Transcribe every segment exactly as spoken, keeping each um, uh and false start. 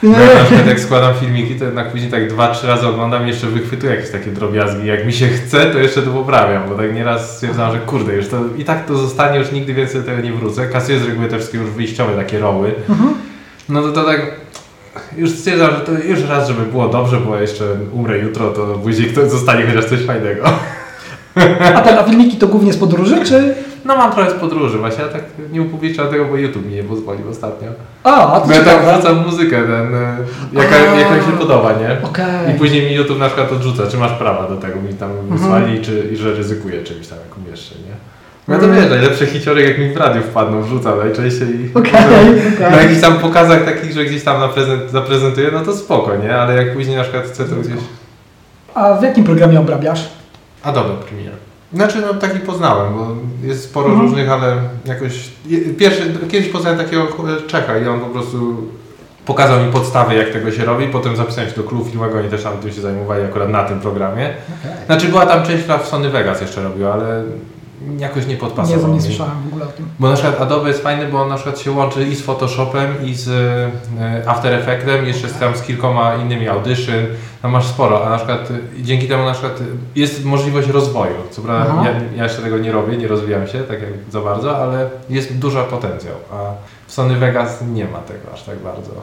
Bo ja na przykład jak składam filmiki, to jednak później tak dwa, trzy razy oglądam i jeszcze wychwytuję jakieś takie drobiazgi. Jak mi się chce, to jeszcze to poprawiam, bo tak nieraz stwierdzam, że kurde, już to i tak to zostanie, już nigdy więcej do tego nie wrócę. Kasuję z reguły te wszystkie już wyjściowe takie roły. Mhm. No to to tak, już stwierdzam, że to już raz, żeby było dobrze, bo jeszcze umrę jutro, to później ktoś zostanie chociaż coś fajnego. A te filmiki to głównie z podróży, czy? No mam trochę z podróży, właśnie, ja tak nie upubliczam tego, bo YouTube mi nie pozwolił ostatnio. A, a to bo ja tak wrzucam muzykę, ten, jaka, jaka mi się podoba, nie? Okay. I później mi YouTube na przykład odrzuca, czy masz prawa do tego, mi tam wysłali, mhm. czy, i że ryzykuję czymś tam, jak umieszczę, nie? Ja to wiesz, najlepsze hiciorek jak mi w radiu wpadną, wrzucam najczęściej i okay, okay. na jakichś tam pokazach takich, że gdzieś tam na prezent, zaprezentuję, no to spoko, nie? Ale jak później na przykład chcę to gdzieś... A w jakim programie obrabiasz? Adobe Premiere. Znaczy no taki poznałem, bo jest sporo mhm. różnych, ale jakoś... Pierwszy, kiedyś poznałem takiego Czecha i on po prostu pokazał mi podstawy, jak tego się robi, potem zapisałem się do klubu filmowego, oni też tam tym się zajmowali akurat na tym programie. Okay. Znaczy była tam część, która w Sony Vegas jeszcze robiła, ale jakoś nie podpasował. Nie, nie słyszałem w ogóle o tym. Bo na przykład Adobe jest fajny, bo on na przykład się łączy i z Photoshopem, i z y, After Effectem, jeszcze z, tam z kilkoma innymi Audition, tam masz sporo, a na przykład dzięki temu na przykład jest możliwość rozwoju. Co prawda ja, ja jeszcze tego nie robię, nie rozwijam się tak jak za bardzo, ale jest duży potencjał, a w Sony Vegas nie ma tego aż tak bardzo.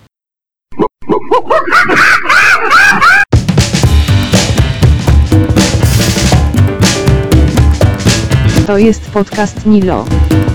To jest podcast Nilo.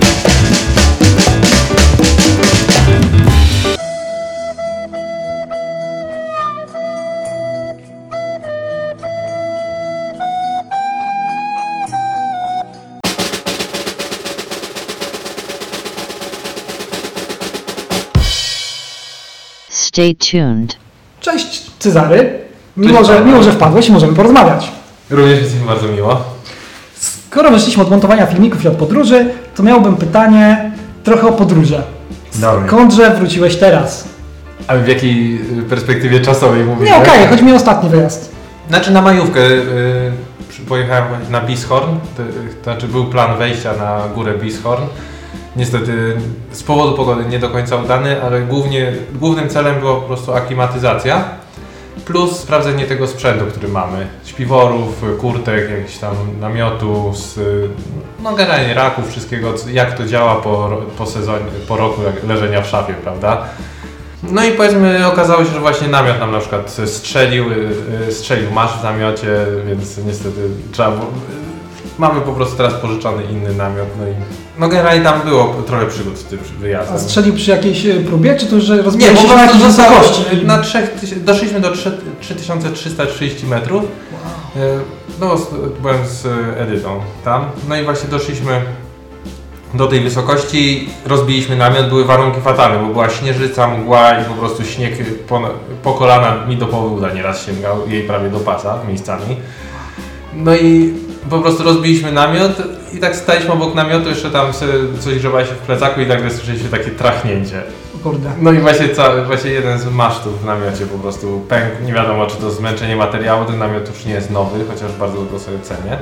Stay tuned. Cześć Cezary. Mimo, że, mimo, że wpadłeś, możemy porozmawiać. Również jest mi bardzo miło. Skoro wyszliśmy od montowania filmików i od podróży, to miałbym pytanie trochę o podróże. Skądże wróciłeś teraz? Ale w jakiej perspektywie czasowej mówisz? Nie, okej, okay, chodzi mi o ostatni wyjazd. Znaczy na majówkę yy, pojechałem na Bieshorn, to, to znaczy był plan wejścia na górę Bieshorn. Niestety z powodu pogody nie do końca udany, ale głównie, głównym celem była po prostu aklimatyzacja. Plus sprawdzenie tego sprzętu, który mamy. Śpiworów, kurtek, jakichś tam namiotu, z, no generalnie raków, wszystkiego, jak to działa po, po sezonie, po roku leżenia w szafie, prawda? No i powiedzmy okazało się, że właśnie namiot nam na przykład strzelił, strzelił masz w namiocie, więc niestety trzeba było, mamy po prostu teraz pożyczony inny namiot, no i no generalnie tam było trochę przygód z tym wyjazdem. A strzelił przy jakiejś próbie, czy to już rozbiłeś się na jakiejś wysokości? Na trzech, doszliśmy do trzy tysiące trzysta trzydzieści metrów. Wow. No, byłem z Edytą tam. No i właśnie doszliśmy do tej wysokości, rozbiliśmy namiot, były warunki fatalne, bo była śnieżyca, mgła i po prostu śnieg po, po kolana mi do połowy uda nieraz sięgał, jej prawie do pasa miejscami. No i po prostu rozbiliśmy namiot i tak staliśmy obok namiotu, jeszcze tam coś grzebała się w plecaku i nagle słyszeliśmy takie trachnięcie. Kurde. No i właśnie, cały, właśnie jeden z masztów w namiocie po prostu pękł. Nie wiadomo, czy to zmęczenie materiału, ten namiot już nie jest nowy, chociaż bardzo go sobie cenię.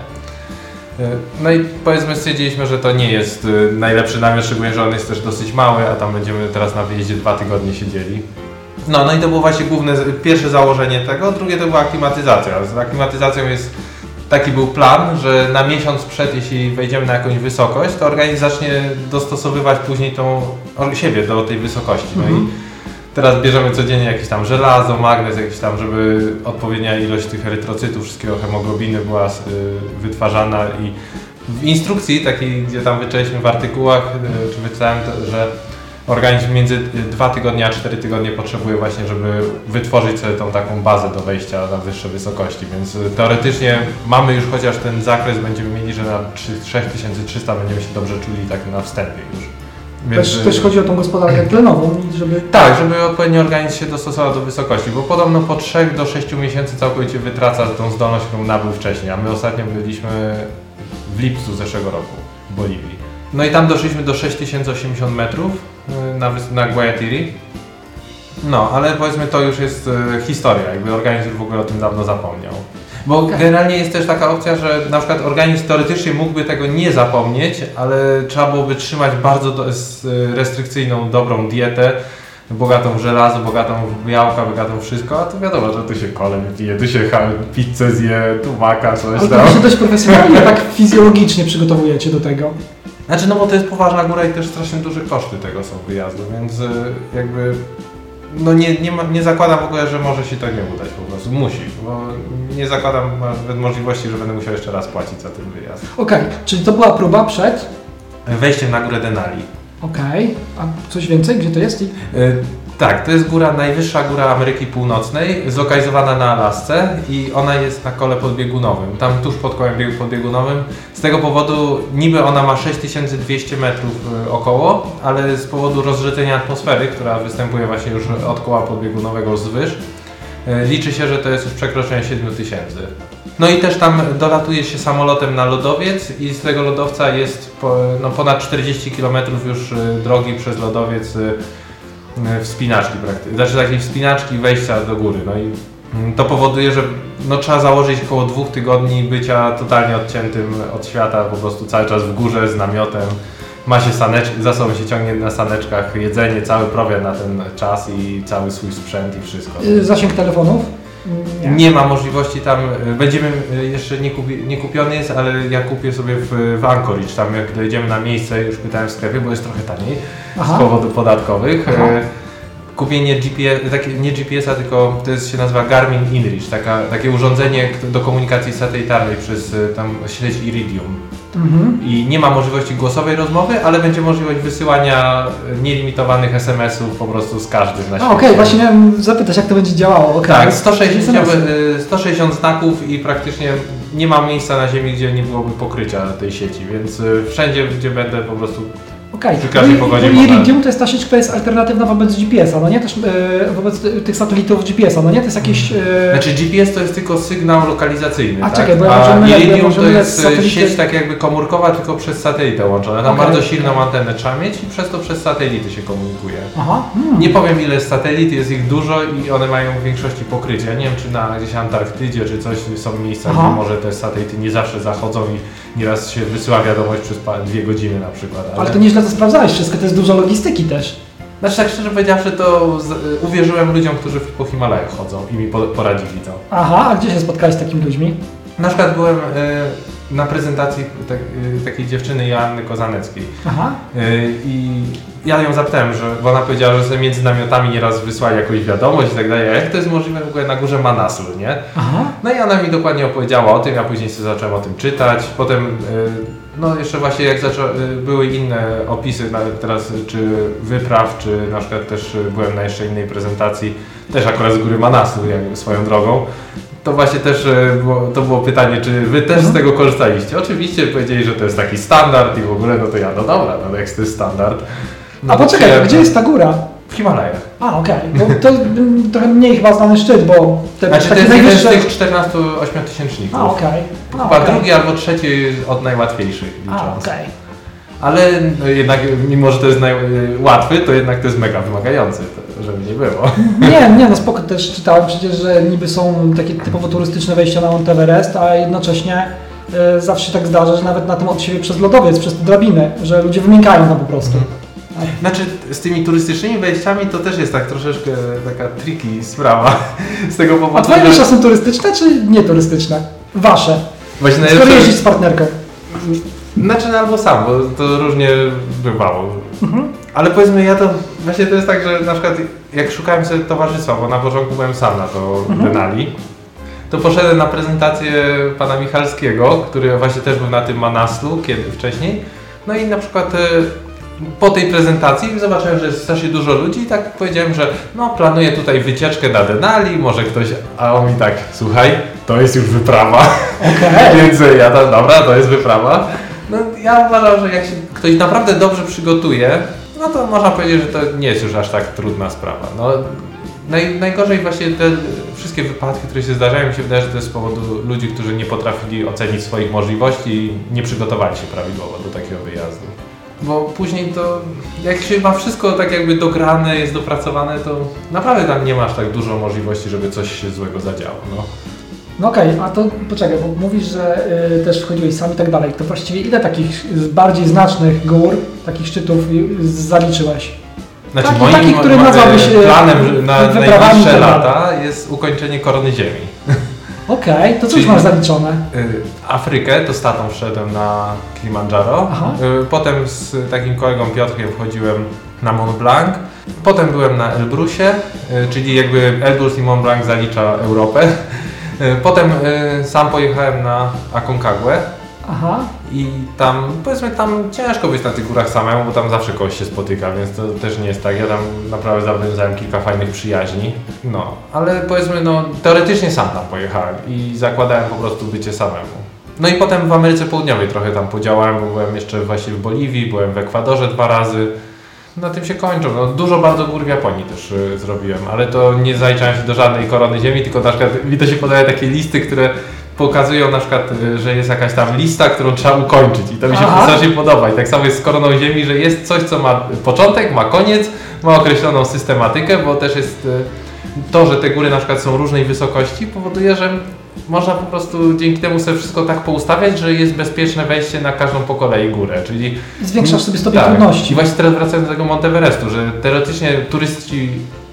No i powiedzmy stwierdziliśmy, że to nie jest najlepszy namiot, szczególnie, że on jest też dosyć mały, a tam będziemy teraz na wyjeździe dwa tygodnie siedzieli. No, no i to było właśnie główne, pierwsze założenie tego, drugie to była aklimatyzacja. Z aklimatyzacją jest taki był plan, że na miesiąc przed, jeśli wejdziemy na jakąś wysokość, to organizm zacznie dostosowywać później tą siebie do tej wysokości. No mhm. i teraz bierzemy codziennie jakieś tam żelazo, magnez, jakieś tam, żeby odpowiednia ilość tych erytrocytów, wszystkiego, hemoglobiny była y, wytwarzana i w instrukcji takiej, gdzie tam wyczytaliśmy w artykułach, y, czy wyczytałem, to, że organizm między dwa tygodnie a cztery tygodnie potrzebuje właśnie, żeby wytworzyć sobie tą taką bazę do wejścia na wyższe wysokości, więc teoretycznie mamy już chociaż ten zakres, będziemy mieli, że na trzy tysiące trzysta będziemy się dobrze czuli tak na wstępie już. Więc, też, też chodzi o tą gospodarkę tlenową, żeby... Tak, żeby odpowiednio organizm się dostosował do wysokości, bo podobno po trzech do sześciu miesięcy całkowicie wytraca tą zdolność, którą nabył wcześniej, a my ostatnio byliśmy w lipcu zeszłego roku w Boliwii. No i tam doszliśmy do sześć tysięcy osiemdziesiąt metrów na, na Guayatiri. No, ale powiedzmy to już jest e, historia, jakby organizm w ogóle o tym dawno zapomniał. Bo okay. generalnie jest też taka opcja, że na przykład organizm teoretycznie mógłby tego nie zapomnieć, ale trzeba byłoby trzymać bardzo do, restrykcyjną, dobrą dietę, bogatą w żelazo, bogatą w białka, bogatą w wszystko, a to wiadomo, że tu się kole wypije, tu się pizzę zje, tu maka, coś Ale tam. to się dość profesjonalnie, tak fizjologicznie przygotowujecie do tego. Znaczy, no bo to jest poważna góra i też strasznie duże koszty tego są wyjazdu, więc jakby no nie, nie, ma, nie zakładam w ogóle, że może się to nie udać po prostu, musi, bo nie zakładam nawet możliwości, że będę musiał jeszcze raz płacić za ten wyjazd. Okej, okay, czyli to była próba przed? Wejściem na górę Denali. Okej, okay. A coś więcej? Gdzie to jest? I... Y Tak, to jest góra, najwyższa góra Ameryki Północnej, zlokalizowana na Alasce i ona jest na kole podbiegunowym, tam tuż pod kołem biegu podbiegunowym. Z tego powodu niby ona ma sześć tysięcy dwieście metrów około, ale z powodu rozrzedzenia atmosfery, która występuje właśnie już od koła podbiegunowego wzwyż, liczy się, że to jest już przekroczenie siedem tysięcy. No i też tam dolatuje się samolotem na lodowiec i z tego lodowca jest po, no ponad czterdzieści kilometrów już drogi przez lodowiec, wspinaczki praktycznie, znaczy takiej wspinaczki wejścia do góry, no i to powoduje, że no, trzeba założyć około dwóch tygodni bycia totalnie odciętym od świata, po prostu cały czas w górze z namiotem, ma się saneczki, za sobą się ciągnie na saneczkach jedzenie, cały prowiant na ten czas i cały swój sprzęt i wszystko. Zasięg telefonów? Nie. nie ma możliwości tam, będziemy, jeszcze nie, kupi, nie kupiony jest, ale ja kupię sobie w, w Anchorage, tam jak dojedziemy na miejsce, już pytałem w sklepie, bo jest trochę taniej. Aha. Z powodów podatkowych. Aha. Kupienie G P S, takie, nie G P S-a, tylko to jest, się nazywa Garmin InReach, taka, takie urządzenie do komunikacji satelitarnej przez tam sieć Iridium. Mhm. I nie ma możliwości głosowej rozmowy, ale będzie możliwość wysyłania nielimitowanych es em esów po prostu z każdym na świecie. Okej, okay, właśnie miałem zapytać, jak to będzie działało. Okay. Tak, sto sześćdziesiąt, sto sześćdziesiąt znaków i praktycznie nie ma miejsca na ziemi, gdzie nie byłoby pokrycia tej sieci, więc wszędzie, gdzie będę po prostu Okej, przy każdej no pogodzie. I Iridium to jest ta sieć, która jest alternatywna wobec G P S-a, no nie? Też e, wobec tych satelitów G P S-a, no nie? To jest jakieś... E... Znaczy G P S to jest tylko sygnał lokalizacyjny, A tak? czekaj, bo ja A możemy, Iridium możemy to jest satelity... sieć tak jakby komórkowa, tylko przez satelitę łączona. Tam okay. bardzo silną antenę trzeba mieć i przez to przez satelity się komunikuje. Aha. Hmm. Nie powiem ile satelit, jest ich dużo i one mają w większości pokrycie. Ja nie wiem czy na gdzieś Antarktydzie czy coś są miejsca, Aha. gdzie może te satelity nie zawsze zachodzą i nieraz się wysyła wiadomość przez dwie godziny na przykład. Ale, ale to nieźle to sprawdzałeś wszystko, to jest dużo logistyki też. Znaczy tak szczerze powiedziawszy to z, uwierzyłem ludziom, którzy po Himalajach chodzą i mi po, poradzili to. Aha, a gdzie się spotkałeś z takimi ludźmi? Na przykład byłem y, na prezentacji tak, y, takiej dziewczyny Joanny Kozaneckiej. Aha. Y, I ja ją zapytałem, że, bo ona powiedziała, że sobie między namiotami nieraz wysłali jakąś wiadomość i tak dalej. A jak to jest możliwe w ogóle na górze Manaslu, nie? Aha. No i ona mi dokładnie opowiedziała o tym, ja później sobie zacząłem o tym czytać. Potem y, no jeszcze właśnie jak zaczą, y, były inne opisy, nawet teraz czy wypraw, czy na przykład też byłem na jeszcze innej prezentacji, też akurat z góry Manaslu, jak swoją drogą. To właśnie też było, to było pytanie, czy wy też mhm. z tego korzystaliście? Oczywiście powiedzieli, że to jest taki standard i w ogóle, no to ja, no dobra, no jak to jest standard. No A poczekaj, to gdzie jest ta góra? W Himalajach. A, okej, okay. To trochę mniej chyba znany szczyt, bo... Te, znaczy to jest najwyższe... jeden z tych czternastu ośmiotysięczników. A, okej. Okay. Chyba okay. drugi albo trzeci od najłatwiejszych licząc. A, okej. Okay. Ale no jednak, mimo że to jest łatwy, to jednak to jest mega wymagający, to, żeby nie było. Nie, nie, no spoko, też czytałem przecież, że niby są takie typowo turystyczne wejścia na Mount Everest, a jednocześnie y, zawsze się tak zdarza, że nawet na tym od siebie przez lodowiec, przez te drabiny, że ludzie wymiękają tam po prostu. Hmm. Znaczy z tymi turystycznymi wejściami to też jest tak troszeczkę taka tricky sprawa z tego powodu. A twoje że... wejścia są turystyczne czy nieturystyczne? Wasze. Właśnie najlepsze... Skoro jeździsz z partnerką. Znaczy no, albo sam, bo to różnie bywało. Mhm. Ale powiedzmy ja to, właśnie to jest tak, że na przykład jak szukałem sobie towarzystwa, bo na początku byłem sam na to mhm. Denali, to poszedłem na prezentację pana Michalskiego, który właśnie też był na tym Manaslu kiedy wcześniej. No i na przykład po tej prezentacji zobaczyłem, że jest strasznie dużo ludzi i tak powiedziałem, że no planuję tutaj wycieczkę na Denali, może ktoś, a on mi tak, słuchaj, to jest już wyprawa. Okay. Więc ja tam, dobra, to jest wyprawa. No ja uważam, że jak się ktoś naprawdę dobrze przygotuje, no to można powiedzieć, że to nie jest już aż tak trudna sprawa. No, naj, najgorzej właśnie te wszystkie wypadki, które się zdarzają, mi się wydaje, że to jest z powodu ludzi, którzy nie potrafili ocenić swoich możliwości i nie przygotowali się prawidłowo do takiego wyjazdu. Bo później to, jak się ma wszystko tak jakby dograne, jest dopracowane, to naprawdę tam nie masz tak dużo możliwości, żeby coś się złego zadziało. No. No okej, okay, a to poczekaj, bo mówisz, że y, też wchodziłeś sam i tak dalej. To właściwie ile takich bardziej znacznych gór, takich szczytów y, zaliczyłeś? Znaczy taki, moim taki, który ma- nazwałbyś e, planem na wyprawami najbliższe i tak dalej. lata jest ukończenie Korony Ziemi. Okej, to co Czyli- już masz zaliczone? Y, Afrykę, to z tatą wszedłem na Kilimandżaro. Aha. Y, Potem z takim kolegą Piotrkiem wchodziłem na Mont Blanc. Potem byłem na Elbrusie, y, czyli jakby Elbrus i Mont Blanc zalicza Europę. Y, Potem y, sam pojechałem na Aconcagua Aha. i tam, powiedzmy, tam ciężko być na tych górach samemu, bo tam zawsze kogoś się spotyka, więc to też nie jest tak. Ja tam naprawdę zawiązałem kilka fajnych przyjaźni. No, ale powiedzmy, no teoretycznie sam tam pojechałem i zakładałem po prostu bycie samemu. No i potem w Ameryce Południowej trochę tam podziałałem, bo byłem jeszcze właśnie w Boliwii, byłem w Ekwadorze dwa razy. Na tym się kończą. No, dużo bardzo gór w Japonii też y, zrobiłem, ale to nie zaliczałem się do żadnej korony ziemi, tylko na przykład mi to się podaje takie listy, które pokazują na przykład, y, że jest jakaś tam lista, którą trzeba ukończyć i to mi się Aha. strasznie podoba. I tak samo jest z koroną ziemi, że jest coś, co ma początek, ma koniec, ma określoną systematykę, bo też jest y, to, że te góry na przykład są różnej wysokości, powoduje, że można po prostu dzięki temu sobie wszystko tak poustawiać, że jest bezpieczne wejście na każdą po kolei górę, czyli Zwiększasz sobie stopień tak. trudności. I właśnie teraz wracając do tego Monteverestu, że teoretycznie turyści,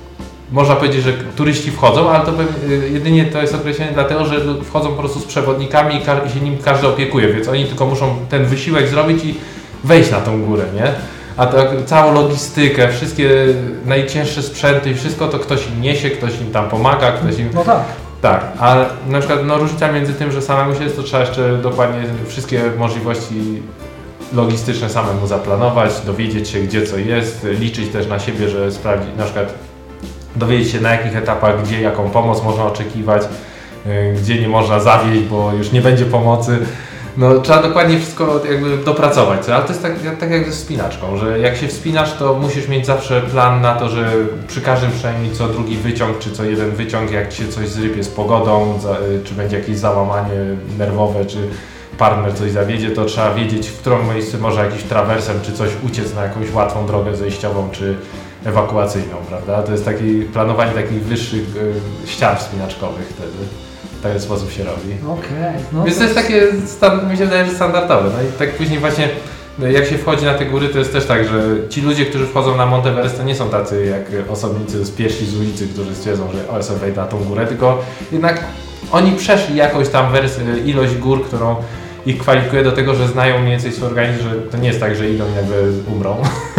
można powiedzieć, że turyści wchodzą, ale to pewnie, y, jedynie to jest określenie dlatego, że wchodzą po prostu z przewodnikami i, ka- i się nim każdy opiekuje, więc oni tylko muszą ten wysiłek zrobić i wejść na tą górę, nie? A to całą logistykę, wszystkie najcięższe sprzęty i wszystko to ktoś im niesie, ktoś im tam pomaga, ktoś im... No tak. Tak, a na przykład no, różnica między tym, że samemu się jest, to trzeba jeszcze dokładnie wszystkie możliwości logistyczne samemu zaplanować, dowiedzieć się gdzie co jest, liczyć też na siebie, że sprawdzić, na przykład dowiedzieć się na jakich etapach, gdzie jaką pomoc można oczekiwać, yy, gdzie nie można zawieść, bo już nie będzie pomocy. No trzeba dokładnie wszystko jakby dopracować, ale to jest tak, tak jak ze wspinaczką, że jak się wspinasz, to musisz mieć zawsze plan na to, że przy każdym przynajmniej co drugi wyciąg, czy co jeden wyciąg, jak ci się coś zrypie z pogodą, za, czy będzie jakieś załamanie nerwowe, czy partner coś zawiedzie, to trzeba wiedzieć, w którym miejscu może jakiś trawersem, czy coś uciec na jakąś łatwą drogę zejściową, czy ewakuacyjną, prawda? To jest takie planowanie takich wyższych y, ścian wspinaczkowych wtedy. W ten sposób się robi. Okej. No Więc to jest takie, stan- mi się wydaje, że standardowe. No i tak później właśnie, no jak się wchodzi na te góry, to jest też tak, że ci ludzie, którzy wchodzą na Monteverest, to nie są tacy jak osobnicy z pierwsi z ulicy, którzy stwierdzą, że o, sobie wejdę na tą górę, tylko jednak oni przeszli jakąś tam wers- ilość gór, którą ich kwalifikuje do tego, że znają mniej więcej swój organizm, że to nie jest tak, że idą i nagle umrą,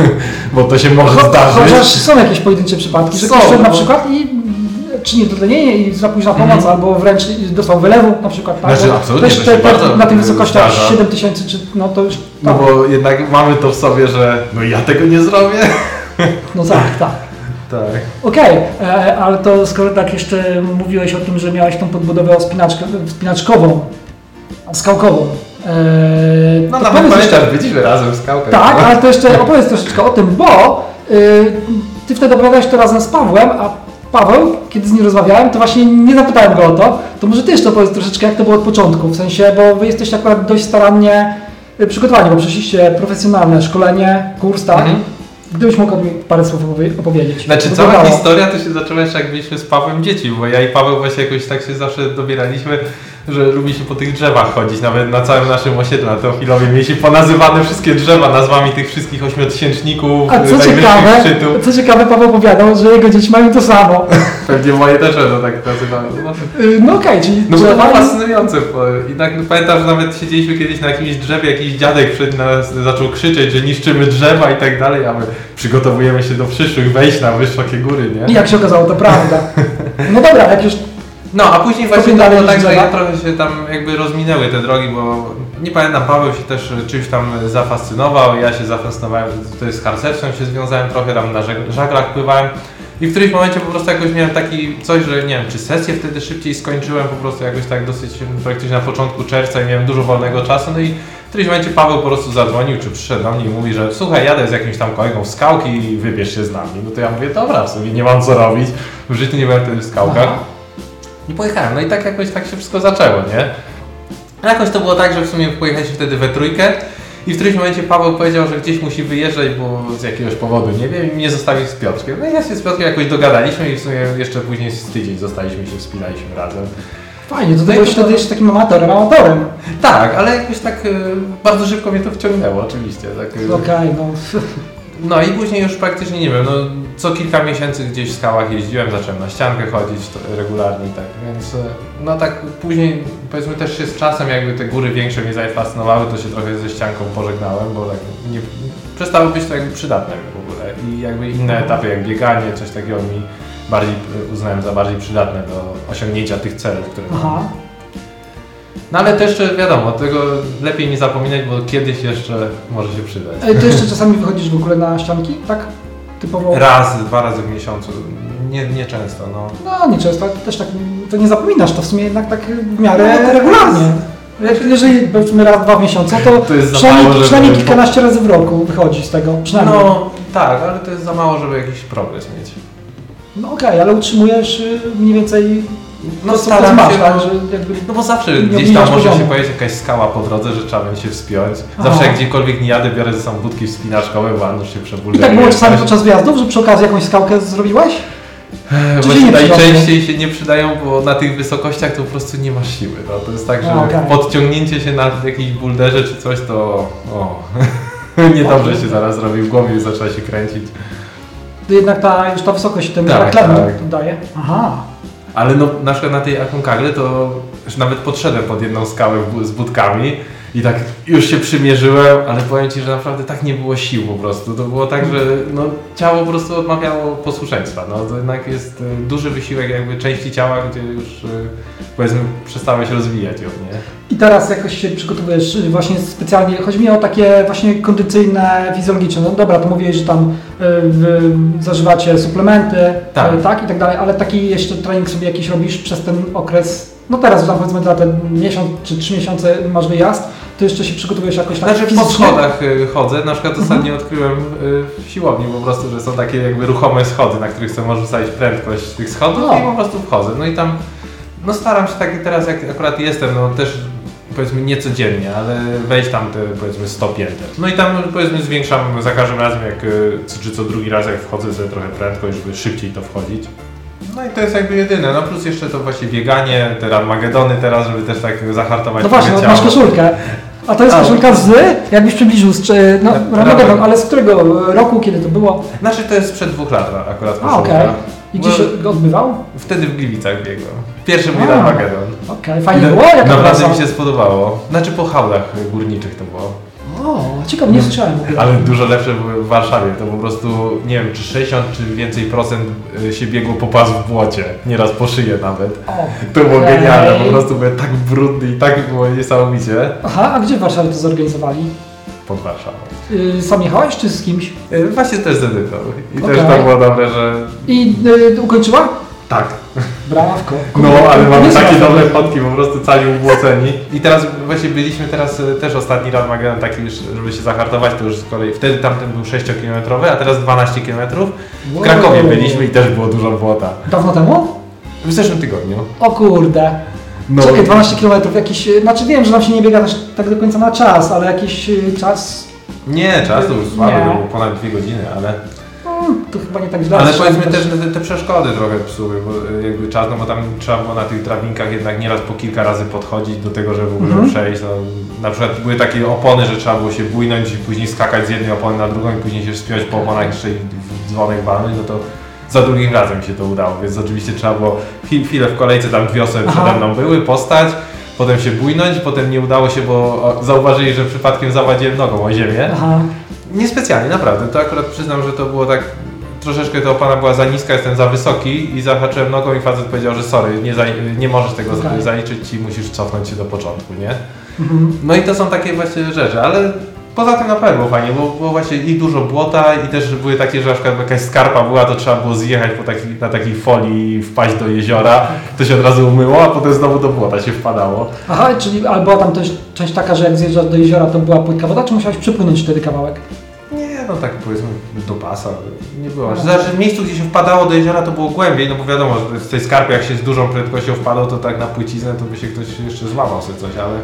bo to się może Cho- zdarzyć. Chociaż są jakieś pojedyncze przypadki, że Są, ktoś szedł na no. przykład i czy niedotlenienie i za późna pomoc, Mhm. albo wręcz dostał wylewu na przykład. Tak? Znaczy, Bo absolutnie, też to te, się te, bardzo na tych wysokościach zdarza. siedem tysięcy, czy no to już... No tak. bo jednak mamy to w sobie, że no ja tego nie zrobię. No tak, tak. Tak. Okej, e, ale to skoro tak jeszcze mówiłeś o tym, że miałeś tą podbudowę spinaczkę, spinaczkową, skałkową. E, No to nawet powiedz jeszcze- pamiętasz, byliśmy razem w skałkach. Tak, no. ale to jeszcze opowiedz troszeczkę o tym, bo y, ty wtedy opowiadałeś to razem z Pawłem, a Paweł, kiedy z nim rozmawiałem, to właśnie nie zapytałem go o to, to może ty jeszcze opowiedz troszeczkę, jak to było od początku, w sensie, bo wy jesteście akurat dość starannie y, przygotowani, bo przeszliście profesjonalne szkolenie, kurs, tak? Mhm. Gdybyś mógł o tym parę słów opowie- opowiedzieć. Znaczy To cała wyglądało. historia to się zaczęła jeszcze jak byliśmy z Pawłem dzieci, bo ja i Paweł właśnie jakoś tak się zawsze dobieraliśmy, że lubiliśmy po tych drzewach chodzić, nawet na całym naszym osiedlu na Teofilowie mieliśmy ponazywane wszystkie drzewa nazwami tych wszystkich ośmiotysięczników, A co najwyższych ciekawe, szczytów. co ciekawe, Paweł opowiadał, że jego dzieci mają to samo. Pewnie moje też będą tak nazywane. No, Y, No okej, czyli no bo to drzewa było i- fascynujące. Bo jednak no, pamiętam, że nawet siedzieliśmy kiedyś na jakimś drzewie, jakiś dziadek przed nas zaczął krzyczeć, że niszczymy drzewa i tak dalej, a my przygotowujemy się do przyszłych wejść na wysokie góry, nie? I jak się okazało, to prawda. No dobra, jak już No, a później właśnie Stopień to było dalej tak, niż że drzewa? ja trochę się tam jakby rozminęły te drogi, bo nie pamiętam, Paweł się też czymś tam zafascynował, ja się zafascynowałem, to jest harcerstwem się związałem trochę, tam na żeg- żaglach pływałem i w którymś momencie po prostu jakoś miałem taki coś, że nie wiem, czy sesję wtedy szybciej skończyłem, po prostu jakoś tak dosyć praktycznie na początku czerwca i miałem dużo wolnego czasu, no i w którymś momencie Paweł po prostu zadzwonił, czy przyszedł do mnie i mówi, że słuchaj, jadę z jakimś tam kolegą w skałki i wybierz się z nami. No to ja mówię, dobra, w sumie nie mam co robić, w życiu nie byłem wtedy w skałkach. Aha. I pojechałem, no i tak jakoś tak się wszystko zaczęło, nie? A jakoś to było tak, że w sumie pojechaliśmy wtedy we trójkę i w którymś momencie Paweł powiedział, że gdzieś musi wyjeżdżać, bo z jakiegoś powodu, nie wiem, i mnie zostawił z Piotrkiem. No i ja się z Piotrkiem jakoś dogadaliśmy i w sumie jeszcze później z tydzień zostaliśmy się, wspinaliśmy razem. fajnie, to ty No i byłeś to wtedy było- jeszcze takim amatorem, amatorem. Tak, ale jakoś tak y, bardzo szybko mnie to wciągnęło, oczywiście. Tak, y, Okej, no. No i później już praktycznie, nie wiem, no co kilka miesięcy gdzieś w skałach jeździłem, zacząłem na ściankę chodzić regularnie i tak, więc no tak później powiedzmy też się z czasem jakby te góry większe mnie zafascynowały, to się trochę ze ścianką pożegnałem, bo tak nie, przestało być to jakby przydatne w ogóle i jakby inne etapy jak bieganie, coś takiego mi bardziej uznałem za bardziej przydatne do osiągnięcia tych celów, które Aha. mam. No ale to jeszcze wiadomo, tego lepiej nie zapominać, bo kiedyś jeszcze może się przydać. Ej, to jeszcze czasami wychodzisz w ogóle na ścianki, tak? Typowo? Raz, dwa razy w miesiącu, nie, nie często, no. No nie często, ale też tak, to nie zapominasz, to w sumie jednak tak w miarę No, to regularnie. Jak- Jeżeli powiedzmy raz, dwa w miesiącu, to, To jest za przynajmniej, mało, żeby- przynajmniej kilkanaście razy w roku wychodzi z tego, przynajmniej. No, No tak, ale to jest za mało, żeby jakiś progres mieć. no okej, ale utrzymujesz y, mniej więcej No to, co staram masz, się, tak, no, że jakby... no bo zawsze Nie gdzieś obniżasz tam może poziomu. się pojawić jakaś skała po drodze, że trzeba będzie się wspiąć. Aha. Zawsze jak gdziekolwiek nie jadę, biorę ze sobą budki wspinaczkowe, bo Andrzej się I przebulderuje. tak było czasami podczas wyjazdów, że przy okazji jakąś skałkę zrobiłeś? Czy się Właśnie nie najczęściej się nie przydają, bo na tych wysokościach to po prostu nie masz siły. No, to jest tak, że A, okej. się na jakiejś bulderze czy coś, to o, niedobrze się zaraz robi w głowie i zaczyna się kręcić. To jednak ta, już ta wysokość ten Tak, tak, tak. daje. Aha. Ale no, na przykład na tej Aconcaglie to już nawet podszedłem pod jedną skałę w- z budkami i tak już się przymierzyłem, ale powiem Ci, że naprawdę tak nie było sił po prostu. To było tak, że no, ciało po prostu odmawiało posłuszeństwa. No, to jednak jest y, duży wysiłek jakby części ciała, gdzie już y, powiedzmy przestałeś rozwijać ją, nie? I teraz jakoś się przygotowujesz y, właśnie specjalnie, chodzi mi o takie właśnie kondycyjne, fizjologiczne. No dobra, to mówiłeś, że tam y, y, zażywacie suplementy, Tak. y, tak i tak dalej, ale taki jeszcze trening sobie jakiś robisz przez ten okres, no teraz tam powiedzmy na ten miesiąc czy trzy miesiące masz wyjazd, to jeszcze się przygotowujesz jakoś tak Znaczy po fizycznie? schodach y, chodzę, na przykład ostatnio odkryłem y, w siłowni po prostu, że są takie jakby ruchome schody, na których sobie możesz ustawić prędkość tych schodów O. i po prostu wchodzę. No i tam, no staram się tak teraz jak akurat jestem, no też powiedzmy nie codziennie, ale wejść tam te powiedzmy sto pięter. No i tam powiedzmy zwiększam za każdym razem, jak, y, co- czy co drugi raz jak wchodzę sobie trochę prędkość, żeby szybciej to wchodzić. No i to jest jakby jedyne, no plus jeszcze to właśnie bieganie, te Armagedony teraz, żeby też tak zahartować No właśnie, trochę masz ciało. koszulkę. A to jest A, koszulka z, jakbyś przybliżył, z, czy- no Na- Ramagedon, na- ale z którego roku, kiedy to było? Znaczy to jest sprzed dwóch lat akurat A, koszulka. okej. I gdzie Bo się go odbywał? Wtedy w Gliwicach biegłem. Pierwszy mój A. Armagedon. Okej, fajnie I było? Jaka Naprawdę trasa? mi się spodobało. Znaczy po hałdach górniczych to było. O, ciekawe, nie słyszałem w ogóle. Ale dużo lepsze były w Warszawie. To po prostu, nie wiem, czy sześćdziesiąt czy więcej procent y, się biegło po pas w błocie. Nieraz po szyję nawet. O, To było okej. genialne. Po prostu byłem tak brudny i tak było niesamowicie. Aha, a gdzie w Warszawie to zorganizowali? Pod Warszawą. Yy, sam jechałeś czy z kimś? Y, Właśnie też z Edytą. I Okej. też to było dobre, że I yy, ukończyła? tak. Brawko. No, ale mamy Niezła takie sprawa. dobre fotki, po prostu cali ubłoceni. I teraz właśnie byliśmy teraz e, też ostatni raz Armagedon taki już, żeby się zahartować, to już z kolei, wtedy tamten był sześciokilometrowy, a teraz dwanaście kilometrów. W Wow. Krakowie byliśmy i też było dużo błota. Dawno temu? W zeszłym tygodniu. O kurde. No, Czekaj, dwanaście kilometrów, jakiś, yy, znaczy wiem, że nam się nie biega też tak do końca na czas, ale jakiś yy, czas, Nie, czas to już słabo, Nie. to było ponad dwie godziny, ale... mm, to chyba nie tak źle. Ale Trzeba powiedzmy też- też te, te przeszkody trochę psuły, bo e, jakby czas, no bo tam trzeba było na tych drabinkach jednak nieraz po kilka razy podchodzić do tego, żeby w ogóle Mhm. przejść. No, na przykład były takie opony, że trzeba było się bójnąć i później skakać z jednej opony na drugą i później się wspiąć po oponach jeszcze i w dzwonek walnąć, no to za drugim razem się to udało, więc oczywiście trzeba było chwil- chwilę w kolejce, tam dwie osoby Aha. przede mną były, postać, potem się bójnąć, potem nie udało się, bo o, zauważyli, że przypadkiem zawadziłem nogą o ziemię. Aha. Niespecjalnie, naprawdę. To akurat przyznam, że to było tak. Troszeczkę ta opona była za niska, jestem za wysoki i zahaczyłem nogą i facet powiedział, że sorry, nie, za, nie możesz tego Okej. zaliczyć i musisz cofnąć się do początku, nie? Mhm. No i to są takie właśnie rzeczy, ale poza tym naprawdę było fajnie, bo było właśnie i dużo błota i też były takie, że na przykład jakaś skarpa była, to trzeba było zjechać po taki, na takiej folii i wpaść do jeziora, to się od razu umyło, a potem znowu do błota się wpadało. Aha, czyli albo tam też część taka, że jak zjeżdżasz do jeziora, to była płytka woda, czy musiałeś przypłynąć wtedy kawałek? Nie, no tak powiedzmy do pasa, nie było. Znaczy w miejscu, gdzie się wpadało do jeziora, to było głębiej, no bo wiadomo, że z tej skarpy jak się z dużą prędkością wpadał, to tak na płyciznę to by się ktoś jeszcze złamał sobie coś, ale...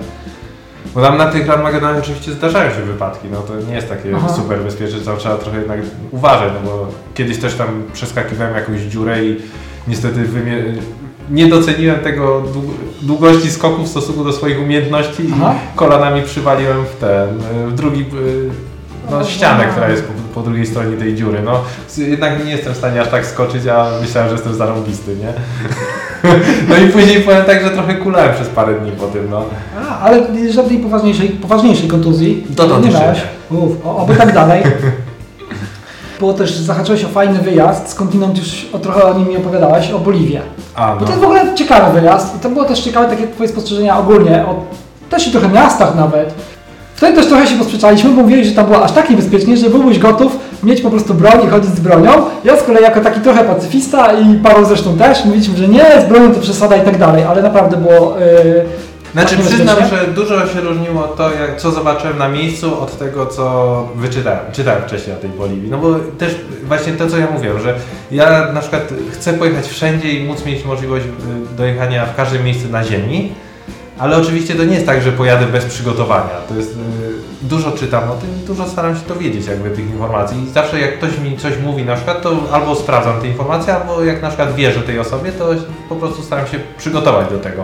Bo tam na tych Armagedonach oczywiście zdarzają się wypadki, no to nie jest takie Aha. super bezpieczne, tam trzeba trochę jednak uważać, no bo kiedyś też tam przeskakiwałem jakąś dziurę i niestety wymie... nie doceniłem tego dług- długości skoku w stosunku do swoich umiejętności Aha. i kolanami przywaliłem w ten, w drugi, no, ścianę, która jest pod, po drugiej stronie tej dziury. No, jednak nie jestem w stanie aż tak skoczyć, a myślałem, że jestem zarąbisty, nie? No i później powiem tak, że trochę kulałem przez parę dni po tym, no. A, ale żadnej poważniejszej, poważniejszej kontuzji Dotąd nie jeszcze miałeś. Uf, o, oby tak dalej. Było też, zahaczyłeś o fajny wyjazd, skądinąd już o, trochę o nim mi opowiadałeś, o Boliwię. A, Bo no. to jest w ogóle ciekawy wyjazd i to było też ciekawe takie twoje spostrzeżenia ogólnie, o też i trochę miastach nawet. Wtedy też trochę się posprzeczaliśmy, bo mówiłeś, że tam było aż tak niebezpiecznie, że byłbyś gotów mieć po prostu broń i chodzić z bronią. Ja z kolei jako taki trochę pacyfista i Paweł zresztą też mówiliśmy, że nie, z bronią to przesada i tak dalej, ale naprawdę było... Yy, Znaczy tak przyznam, niebezpiecznie. że dużo się różniło to, jak, co zobaczyłem na miejscu od tego, co wyczytałem, czytałem wcześniej o tej Boliwii. No bo też właśnie to, co ja mówiłem, że ja na przykład chcę pojechać wszędzie i móc mieć możliwość y, dojechania w każde miejsce na ziemi, ale oczywiście to nie jest tak, że pojadę bez przygotowania. To jest, y, dużo czytam o tym, dużo staram się dowiedzieć jakby tych informacji i zawsze jak ktoś mi coś mówi na przykład, to albo sprawdzam te informacje, albo jak na przykład wierzę tej osobie, to po prostu staram się przygotować do tego.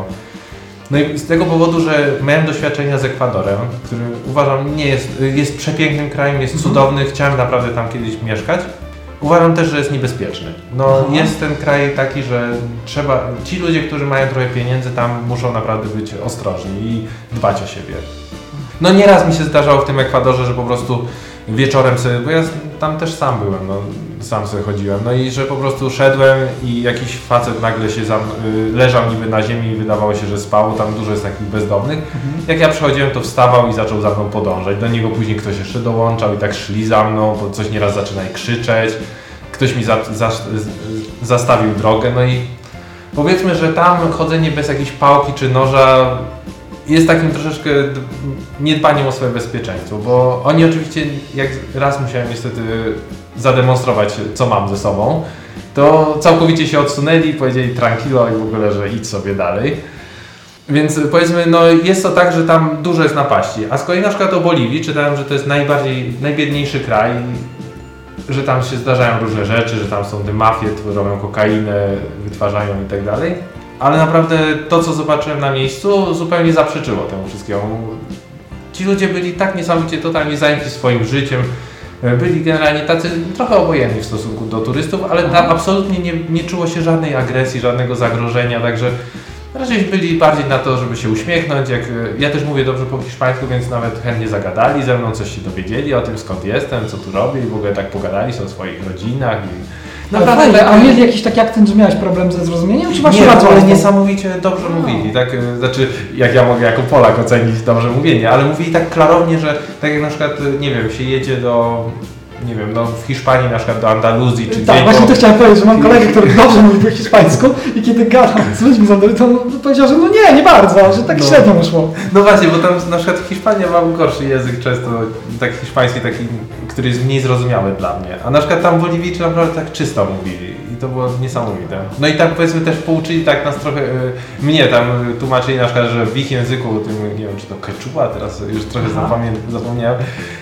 No i z tego powodu, że miałem doświadczenia z Ekwadorem, który uważam nie jest, jest przepięknym krajem, jest cudowny, chciałem naprawdę tam kiedyś mieszkać. Uważam też, że jest niebezpieczny. No Aha. jest ten kraj taki, że trzeba, ci ludzie, którzy mają trochę pieniędzy, tam muszą naprawdę być ostrożni i dbać o siebie. No nieraz mi się zdarzało w tym Ekwadorze, że po prostu wieczorem sobie, bo ja tam też sam byłem, no, sam sobie chodziłem, no i że po prostu szedłem i jakiś facet nagle się za, y, leżał niby na ziemi i wydawało się, że spał, tam dużo jest takich bezdomnych. Mhm. Jak ja przychodziłem, to wstawał i zaczął za mną podążać, do niego później ktoś jeszcze dołączał i tak szli za mną, bo coś nieraz zaczynali krzyczeć, ktoś mi za, za, zastawił drogę, no i powiedzmy, że tam chodzenie bez jakiejś pałki czy noża jest takim troszeczkę niedbaniem o swoje bezpieczeństwo, bo oni oczywiście, jak raz musiałem niestety zademonstrować, co mam ze sobą, to całkowicie się odsunęli i powiedzieli tranquilo i w ogóle, że idź sobie dalej. Więc powiedzmy, no jest to tak, że tam dużo jest napaści, a z kolei na przykład o Boliwii czytałem, że to jest najbardziej, najbiedniejszy kraj, że tam się zdarzają różne rzeczy, że tam są te mafie, robią kokainę, wytwarzają i tak dalej. Ale naprawdę to, co zobaczyłem na miejscu, zupełnie zaprzeczyło temu wszystkiemu. Ci ludzie byli tak niesamowicie totalnie zajęci swoim życiem, byli generalnie tacy trochę obojętni w stosunku do turystów, ale tam absolutnie nie, nie czuło się żadnej agresji, żadnego zagrożenia, także raczej byli bardziej na to, żeby się uśmiechnąć. Jak, ja też mówię dobrze po hiszpańsku, więc nawet chętnie zagadali ze mną, coś się dowiedzieli o tym, skąd jestem, co tu robię i w ogóle tak pogadali o swoich rodzinach. I Naprawdę, fajnie, a mieli jakiś taki akcent, że miałeś problem ze zrozumieniem? Czy nie, w ogóle niesamowicie dobrze no. mówili, tak, znaczy jak ja mogę jako Polak ocenić dobrze mówienie, ale mówili tak klarownie, że tak jak na przykład, nie wiem, się jedzie do, nie wiem, no w Hiszpanii na przykład do Andaluzji czy tak, gdzieś. właśnie to chciałem powiedzieć, że mam kolegę, który dobrze mówi po hiszpańsku i kiedy gadam z ludźmi z Andaluzji, to powiedział, że no nie, nie bardzo, że tak no. średnio mu szło. No właśnie, bo tam na przykład Hiszpania ma gorszy język często, tak hiszpański, taki, który jest mniej zrozumiały dla mnie, a na przykład tam Boliwijczycy naprawdę tak czysto mówili. I to było niesamowite. No i tak powiedzmy też pouczyli tak nas trochę, y, mnie tam tłumaczyli na przykład, że w ich języku, tym, nie wiem czy to quechua, teraz już trochę zapamię- zapomniałem,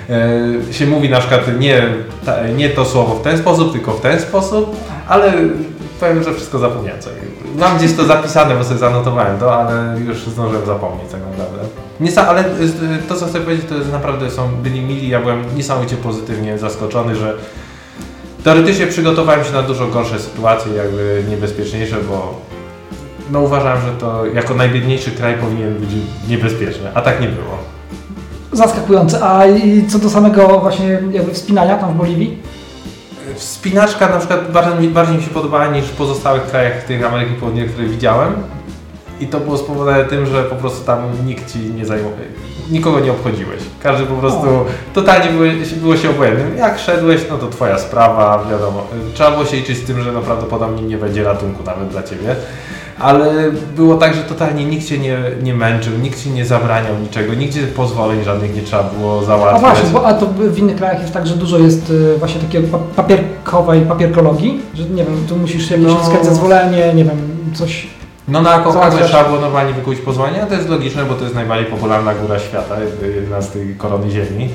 y, się mówi na przykład nie, ta, nie to słowo w ten sposób, tylko w ten sposób, ale powiem, że wszystko zapomniałem. Co. Mam gdzieś to zapisane, bo sobie zanotowałem to, ale już zdążyłem zapomnieć tak naprawdę. Niesa- ale to co chcę powiedzieć, to jest naprawdę są, byli mili, ja byłem niesamowicie pozytywnie zaskoczony, że teoretycznie przygotowałem się na dużo gorsze sytuacje, jakby niebezpieczniejsze, bo no uważałem, że to jako najbiedniejszy kraj powinien być niebezpieczny, a tak nie było. Zaskakujące. A i co do samego właśnie jakby wspinania tam w Boliwii? Wspinaczka na przykład bardziej, bardziej mi się podobała niż w pozostałych krajach tych Ameryki Południowej, które widziałem. I to było spowodowane tym, że po prostu tam nikt ci nie zajmował, nikogo nie obchodziłeś. Każdy po prostu o. totalnie było, było się obojętnym. Jak szedłeś, no to twoja sprawa, wiadomo. Trzeba było się liczyć z tym, że no prawdopodobnie nie będzie ratunku nawet dla ciebie. Ale było tak, że totalnie nikt cię nie, nie męczył, nikt ci nie zabraniał niczego, nigdzie pozwoleń żadnych nie trzeba było załatwiać. A właśnie, bo a to w innych krajach jest tak, że dużo jest y, właśnie takiej papierkowej papierkologii, że nie wiem, tu musisz jakieś no. uzyskać zezwolenie, nie wiem, coś... No na Kokazie trzeba było normalnie wykupić pozwolenie, a to jest logiczne, bo to jest najbardziej popularna góra świata, jedna z tej korony ziemi.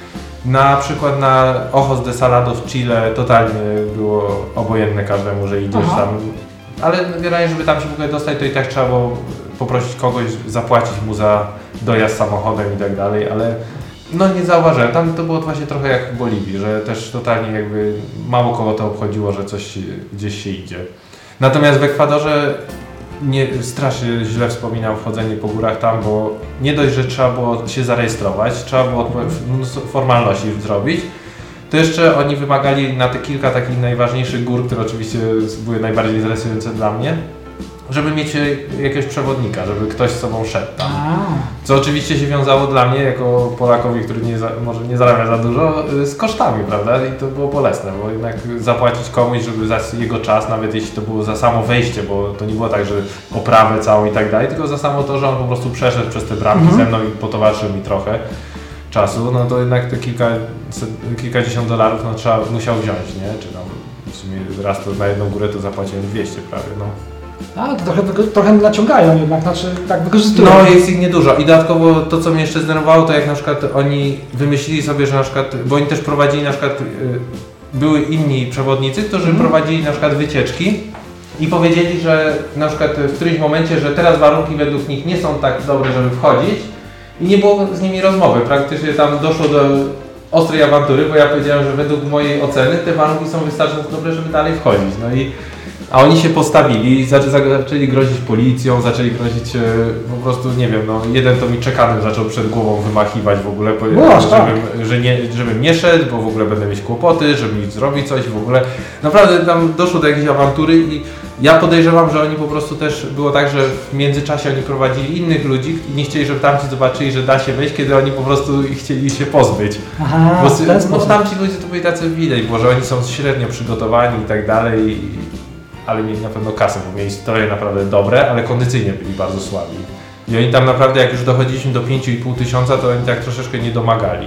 Na przykład na Ojos de Salado w Chile totalnie było obojętne każdemu, że idziesz Aha. tam. Ale generalnie, żeby tam się w ogóle dostać, to i tak trzeba było poprosić kogoś, zapłacić mu za dojazd samochodem i tak dalej, ale No nie zauważyłem, tam to było właśnie trochę jak w Boliwii, że też totalnie jakby mało kogo to obchodziło, że coś gdzieś się idzie. Natomiast w Ekwadorze nie, strasznie źle wspominam wchodzenie po górach tam, bo nie dość, że trzeba było się zarejestrować, trzeba było formalności zrobić, to jeszcze oni wymagali na te kilka takich najważniejszych gór, które oczywiście były najbardziej interesujące dla mnie, żeby mieć jakiegoś przewodnika, żeby ktoś z sobą szedł tam. Co oczywiście się wiązało dla mnie, jako Polakowi, który nie za, może nie zarabia za dużo, z kosztami, prawda? I to było bolesne, bo jednak zapłacić komuś, żeby za jego czas, nawet jeśli to było za samo wejście, bo to nie było tak, że oprawę całą i tak dalej, tylko za samo to, że on po prostu przeszedł przez te bramki mhm. ze mną i potowarszył mi trochę czasu, no to jednak te kilka, kilkadziesiąt dolarów no, trzeba, musiał wziąć, nie? Czy tam w sumie raz to na jedną górę to zapłaciłem dwieście prawie, no. A, to trochę, trochę naciągają jednak, znaczy tak wykorzystują. No jest ich niedużo i dodatkowo to, co mnie jeszcze zdenerwowało, to jak na przykład oni wymyślili sobie, że na przykład, bo oni też prowadzili na przykład, y, były inni przewodnicy, którzy mm. prowadzili na przykład wycieczki i powiedzieli, że na przykład w którymś momencie, że teraz warunki według nich nie są tak dobre, żeby wchodzić i nie było z nimi rozmowy, praktycznie tam doszło do ostrej awantury, bo ja powiedziałem, że według mojej oceny te warunki są wystarczająco dobre, żeby dalej wchodzić. No i a oni się postawili, zaczęli grozić policją, zaczęli grozić e, po prostu, nie wiem, no jeden to mi czekanym zaczął przed głową wymachiwać w ogóle, po, no, żebym, tak. że nie, żebym nie szedł, bo w ogóle będę mieć kłopoty, żeby mi zrobić coś w ogóle. Naprawdę tam doszło do jakiejś awantury i ja podejrzewam, że oni po prostu też, było tak, że w międzyczasie oni prowadzili innych ludzi i nie chcieli, żeby tamci zobaczyli, że da się wejść, kiedy oni po prostu chcieli się pozbyć. Aha, bo, no tamci ludzie to byli tacy widać, bo że oni są średnio przygotowani i tak dalej. I, ale mieli na pewno kasę, bo mieli stroje naprawdę dobre, ale kondycyjnie byli bardzo słabi. I oni tam naprawdę, jak już dochodziliśmy do pięć i pół tysiąca, to oni tak troszeczkę nie domagali.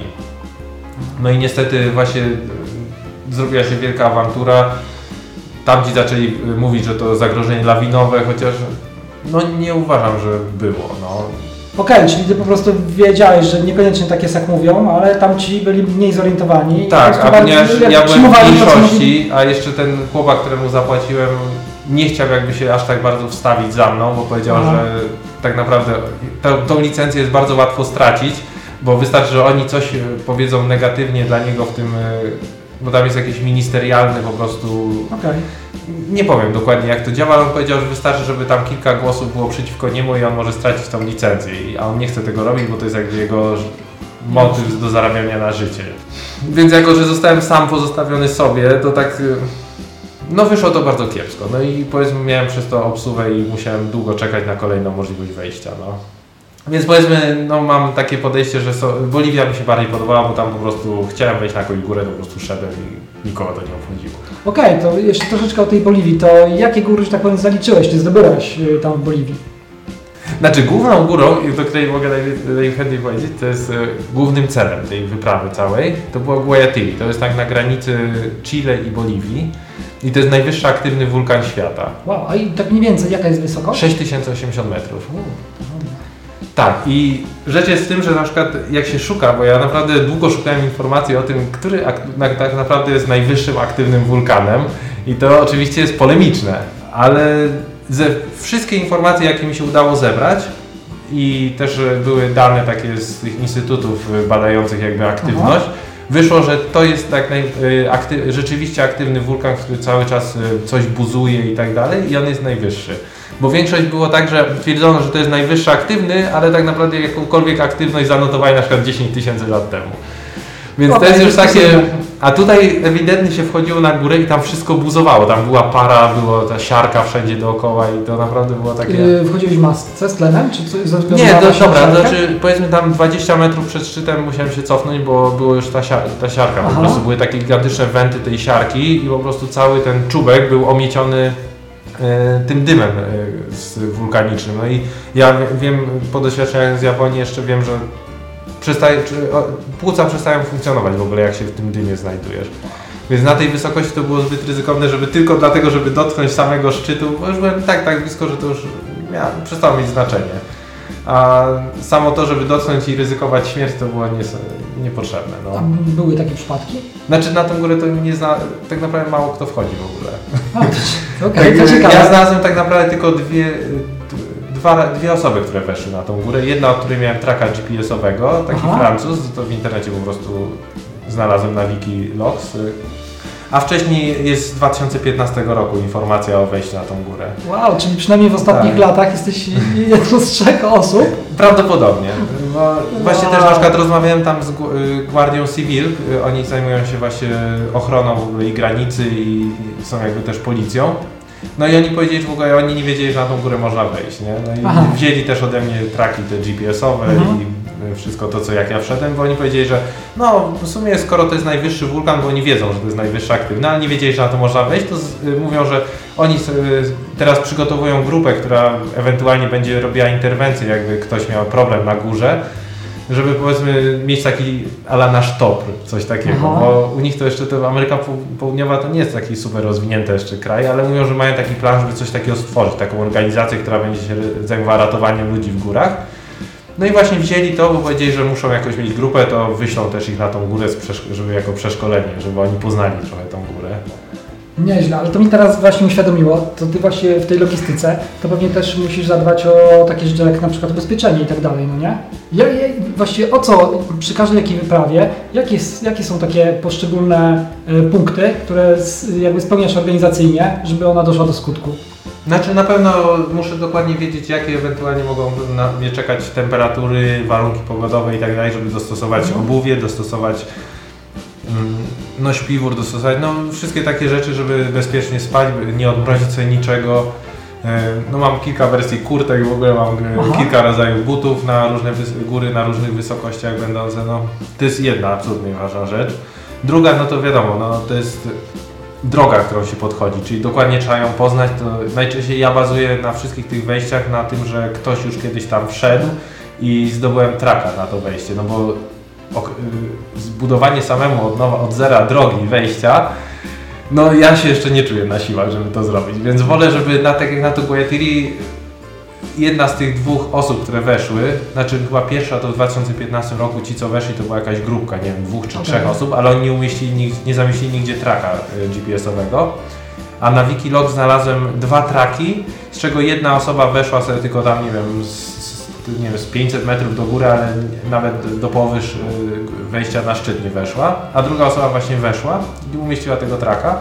No i niestety właśnie zrobiła się wielka awantura. Tamci zaczęli mówić, że to zagrożenie lawinowe, chociaż no nie uważam, że było. No. Okej, okay, czyli ty po prostu wiedziałeś, że niekoniecznie tak jest jak mówią, ale tam ci byli mniej zorientowani. Tak, a ponieważ ja byłem w mniejszości, a jeszcze ten chłopak, któremu zapłaciłem, nie chciał jakby się aż tak bardzo wstawić za mną, bo powiedział, Aha. że tak naprawdę tą, tą licencję jest bardzo łatwo stracić, bo wystarczy, że oni coś powiedzą negatywnie dla niego w tym, bo tam jest jakiś ministerialny po prostu... Okay. Nie powiem dokładnie jak to działa, ale on powiedział, że wystarczy, żeby tam kilka głosów było przeciwko niemu i on może stracić tą licencję, a on nie chce tego robić, bo to jest jakby jego motyw do zarabiania na życie. Więc jako, że zostałem sam pozostawiony sobie, to tak, no wyszło to bardzo kiepsko. No i powiedzmy miałem przez to obsługę i musiałem długo czekać na kolejną możliwość wejścia. No. Więc powiedzmy, no mam takie podejście, że so, Boliwia mi się bardziej podobała, bo tam po prostu chciałem wejść na jakąś górę, to po prostu szedłem i nikogo to nie obchodziło. Okej, okay, to jeszcze troszeczkę o tej Boliwii. To jakie góry, że tak powiem, zaliczyłeś, ty zdobyłeś tam w Boliwii? Znaczy główną górą, do której mogę najchętniej powiedzieć, to jest głównym celem tej wyprawy całej, to była Guayatiri. To jest tak na granicy Chile i Boliwii. I to jest najwyższy aktywny wulkan świata. Wow, a i tak mniej więcej jaka jest wysokość? sześć tysięcy osiemdziesiąt metrów. U, tak, i rzecz jest w tym, że na przykład jak się szuka, bo ja naprawdę długo szukałem informacji o tym, który tak naprawdę jest najwyższym aktywnym wulkanem i to oczywiście jest polemiczne, ale ze wszystkie informacje, jakie mi się udało zebrać i też były dane takie z tych instytutów badających jakby aktywność, Aha. wyszło, że to jest tak naj, akty, rzeczywiście aktywny wulkan, który cały czas coś buzuje i tak dalej i on jest najwyższy. Bo większość było tak, że twierdzono, że to jest najwyższy aktywny, ale tak naprawdę jakąkolwiek aktywność zanotowali na przykład dziesięć tysięcy lat temu. Więc okay, to jest już takie... A tutaj ewidentnie się wchodziło na górę i tam wszystko buzowało. Tam była para, była ta siarka wszędzie dookoła i to naprawdę było takie... Yy, wchodziłeś w masce z tlenem? Czy co, nie, to, dobra, to znaczy powiedzmy tam dwadzieścia metrów przed szczytem musiałem się cofnąć, bo było już ta, siar ta siarka. Aha. Po prostu były takie gigantyczne wenty tej siarki i po prostu cały ten czubek był omieciony tym dymem wulkanicznym. No i ja wiem po doświadczeniach z Japonii jeszcze wiem, że przestaje, czy, o, płuca przestają funkcjonować w ogóle jak się w tym dymie znajdujesz. Więc na tej wysokości to było zbyt ryzykowne, żeby tylko dlatego, żeby dotknąć samego szczytu, bo już byłem tak, tak blisko, że to już miało, przestało mieć znaczenie. A samo to, żeby dotknąć i ryzykować śmierć, to było nie, niepotrzebne. No. A były takie przypadki? Znaczy na tą górę to nie zna, tak naprawdę mało kto wchodzi w ogóle. Okay, to ja znalazłem tak naprawdę tylko dwie, dwa, dwie osoby, które weszły na tą górę. Jedna, od której miałem tracka G P S-owego, taki Aha. Francuz, to w internecie po prostu znalazłem na Wikilogs. A wcześniej jest z dwa tysiące piętnastego roku informacja o wejściu na tą górę. Wow, czyli przynajmniej w ostatnich Tak. latach jesteś jedną z trzech osób. Prawdopodobnie. Bo właśnie Wow. też na przykład rozmawiałem tam z Gu- y, Guardią Civil, y, oni zajmują się właśnie ochroną w ogóle i granicy i są jakby też policją. No i oni powiedzieli, że w ogóle oni nie wiedzieli, że na tą górę można wejść, nie? No i Aha. wzięli też ode mnie traki te G P S-owe Mhm. i y, wszystko to, co jak ja wszedłem, bo oni powiedzieli, że no w sumie skoro to jest najwyższy wulkan, bo oni wiedzą, że to jest najwyższy aktywny, ale nie wiedzieli, że na to można wejść, to z, y, mówią, że oni sobie teraz przygotowują grupę, która ewentualnie będzie robiła interwencję, jakby ktoś miał problem na górze, żeby powiedzmy mieć taki ala nasz top, coś takiego, Aha. bo u nich to jeszcze to Ameryka Poł- Południowa to nie jest taki super rozwinięty jeszcze kraj, ale mówią, że mają taki plan, żeby coś takiego stworzyć, taką organizację, która będzie się zajmowała ratowaniem ludzi w górach. No i właśnie wzięli to, bo powiedzieli, że muszą jakoś mieć grupę, to wyślą też ich na tą górę, z przesz- żeby jako przeszkolenie, żeby oni poznali trochę tą górę. Nieźle, ale to mi teraz właśnie uświadomiło, to ty właśnie w tej logistyce, to pewnie też musisz zadbać o takie rzeczy jak na przykład ubezpieczenie i tak dalej, no nie? Ja, ja, właściwie o co przy każdej jakiej wyprawie, jakie, s- jakie są takie poszczególne y, punkty, które s- jakby spełniasz organizacyjnie, żeby ona doszła do skutku? Znaczy na pewno muszę dokładnie wiedzieć, jakie ewentualnie mogą na mnie czekać temperatury, warunki pogodowe i tak dalej, żeby dostosować Mhm. obuwie, dostosować mm, no śpiwór, dostosować, no wszystkie takie rzeczy, żeby bezpiecznie spać, by nie odmrozić sobie niczego. E, No mam kilka wersji kurtek, w ogóle mam e, Aha. kilka rodzajów butów na różne wys- góry, na różnych wysokościach będące, no to jest jedna absolutnie ważna rzecz. Druga, no to wiadomo, no to jest droga, którą się podchodzi, czyli dokładnie trzeba ją poznać. To najczęściej ja bazuję na wszystkich tych wejściach na tym, że ktoś już kiedyś tam wszedł i zdobyłem traka na to wejście, no bo ok, y, zbudowanie samemu od nowa, od zera drogi wejścia, no ja się jeszcze nie czuję na siłach, żeby to zrobić, więc wolę, żeby na tak jak na to Guayatiri jedna z tych dwóch osób, które weszły, znaczy chyba pierwsza to w dwa tysiące piętnastym roku, ci co weszli to była jakaś grupka, nie wiem, dwóch czy Okay. trzech osób, ale oni nie umieścili, nig- nie zamieścili nigdzie traka y, G P S-owego. A na Wikilog znalazłem dwa traki, z czego jedna osoba weszła sobie tylko tam, nie wiem, z, z, nie wiem, z pięćset metrów do góry, ale nawet do połowy sz- y, wejścia na szczyt nie weszła, a druga osoba właśnie weszła i umieściła tego traka.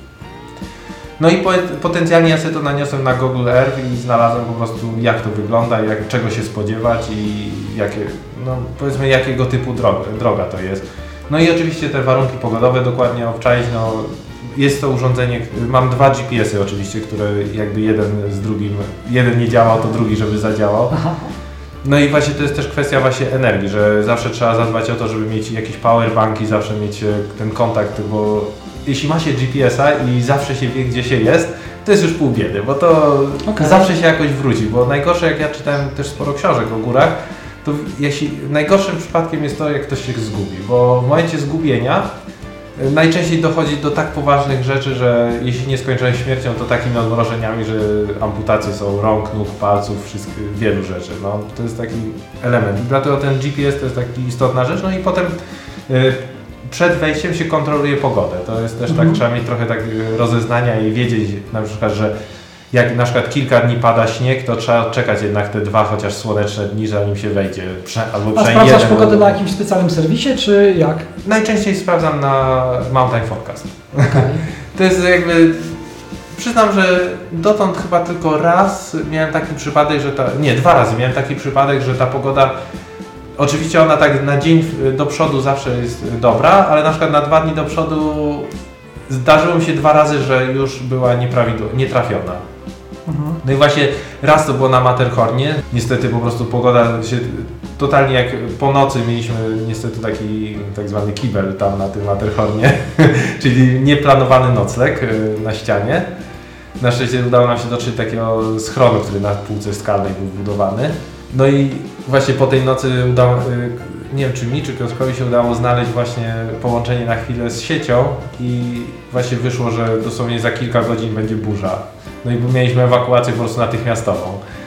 No i po, potencjalnie ja sobie to naniosłem na Google Earth i znalazłem po prostu jak to wygląda, jak, czego się spodziewać i jakie, no powiedzmy jakiego typu droga, droga to jest. No i oczywiście te warunki pogodowe dokładnie obczaić, no jest to urządzenie, mam dwa G P S-y oczywiście, które jakby jeden z drugim, jeden nie działał, to drugi żeby zadziałał. Aha. No i właśnie to jest też kwestia właśnie energii, że zawsze trzeba zadbać o to, żeby mieć jakieś powerbanki, zawsze mieć e, ten kontakt, bo jeśli ma się G P S-a i zawsze się wie, gdzie się jest, to jest już pół biedy, bo to Okej. zawsze się jakoś wróci, bo najgorsze, jak ja czytałem też sporo książek o górach, to jeśli najgorszym przypadkiem jest to, jak ktoś się zgubi, bo w momencie zgubienia y, najczęściej dochodzi do tak poważnych rzeczy, że jeśli nie skończą śmiercią, to takimi odmrożeniami, że amputacje są rąk, nóg, palców, wszystkich, wielu rzeczy. No, to jest taki element. I dlatego ten G P S to jest taka istotna rzecz. No i potem y, przed wejściem się kontroluje pogodę. To jest też Mhm. tak, trzeba mieć trochę tak y, rozeznania i wiedzieć na przykład, że jak na przykład kilka dni pada śnieg, to trzeba czekać jednak te dwa chociaż słoneczne dni, zanim się wejdzie. Prze- albo A przynajmniej sprawdzasz jeden. pogodę na jakimś specjalnym serwisie, czy jak? Najczęściej sprawdzam na Mountain Forecast. Okay. To jest jakby... Przyznam, że dotąd chyba tylko raz miałem taki przypadek, że ta... Nie, dwa razy miałem taki przypadek, że ta pogoda... Oczywiście ona tak na dzień do przodu zawsze jest dobra, ale na przykład na dwa dni do przodu zdarzyło mi się dwa razy, że już była nieprawidłowa, nietrafiona. Mhm. No i właśnie raz to było na Matterhornie. Niestety po prostu pogoda się totalnie jak po nocy mieliśmy niestety taki tak zwany kibel tam na tym Matterhornie, czyli nieplanowany nocleg y, na ścianie. Na szczęście udało nam się dotrzeć do takiego schronu, który na półce skalnej był budowany. No i właśnie po tej nocy udało, y, nie wiem czy mi czy Piotrkowi się udało znaleźć właśnie połączenie na chwilę z siecią i właśnie wyszło, że dosłownie za kilka godzin będzie burza. No i mieliśmy ewakuację po prostu natychmiastową.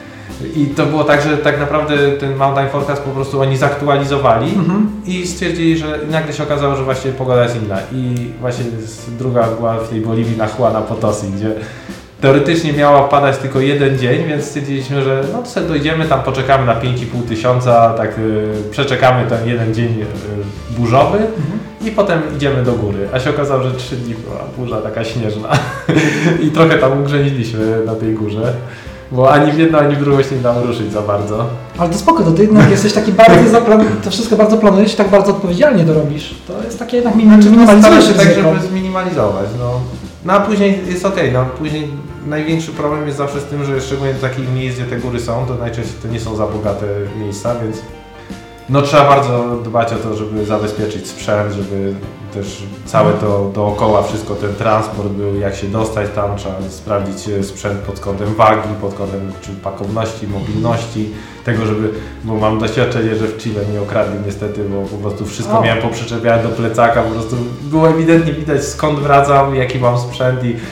I to było tak, że tak naprawdę ten Mountain Forecast po prostu oni zaktualizowali Mhm. i stwierdzili, że nagle się okazało, że właśnie pogoda jest inna. I właśnie z- druga była w tej Boliwii na Juana Potosi, gdzie teoretycznie miała padać tylko jeden dzień, więc stwierdziliśmy, że no to sobie dojdziemy, tam poczekamy na pięć i pół tysiąca, tak y, przeczekamy ten jeden dzień y, burzowy mhm. i potem idziemy do góry. A się okazało, że trzy dni była burza taka śnieżna i trochę tam ugrzęźliśmy na tej górze. Bo ani w jedno, ani w drugą się nie dało ruszyć za bardzo. Ale to spoko, to ty jednak jesteś taki bardzo, zaplan- to wszystko bardzo planujesz i tak bardzo odpowiedzialnie to robisz. To jest takie jednak minim- minimalizujesz się tak, ryzyko. żeby zminimalizować. No. no a później jest okej, okay, no później największy problem jest zawsze z tym, że szczególnie do takich miejsc, gdzie te góry są, to najczęściej to nie są za bogate miejsca, więc no trzeba bardzo dbać o to, żeby zabezpieczyć sprzęt, żeby też całe to dookoła, wszystko, ten transport był, jak się dostać tam, trzeba sprawdzić sprzęt pod kątem wagi, pod kątem czy pakowności, mobilności, tego, żeby, bo mam doświadczenie, że w Chile mnie okradli niestety, bo po prostu wszystko o. miałem poprzyczepiane do plecaka, po prostu było ewidentnie widać skąd wracam, jaki mam sprzęt i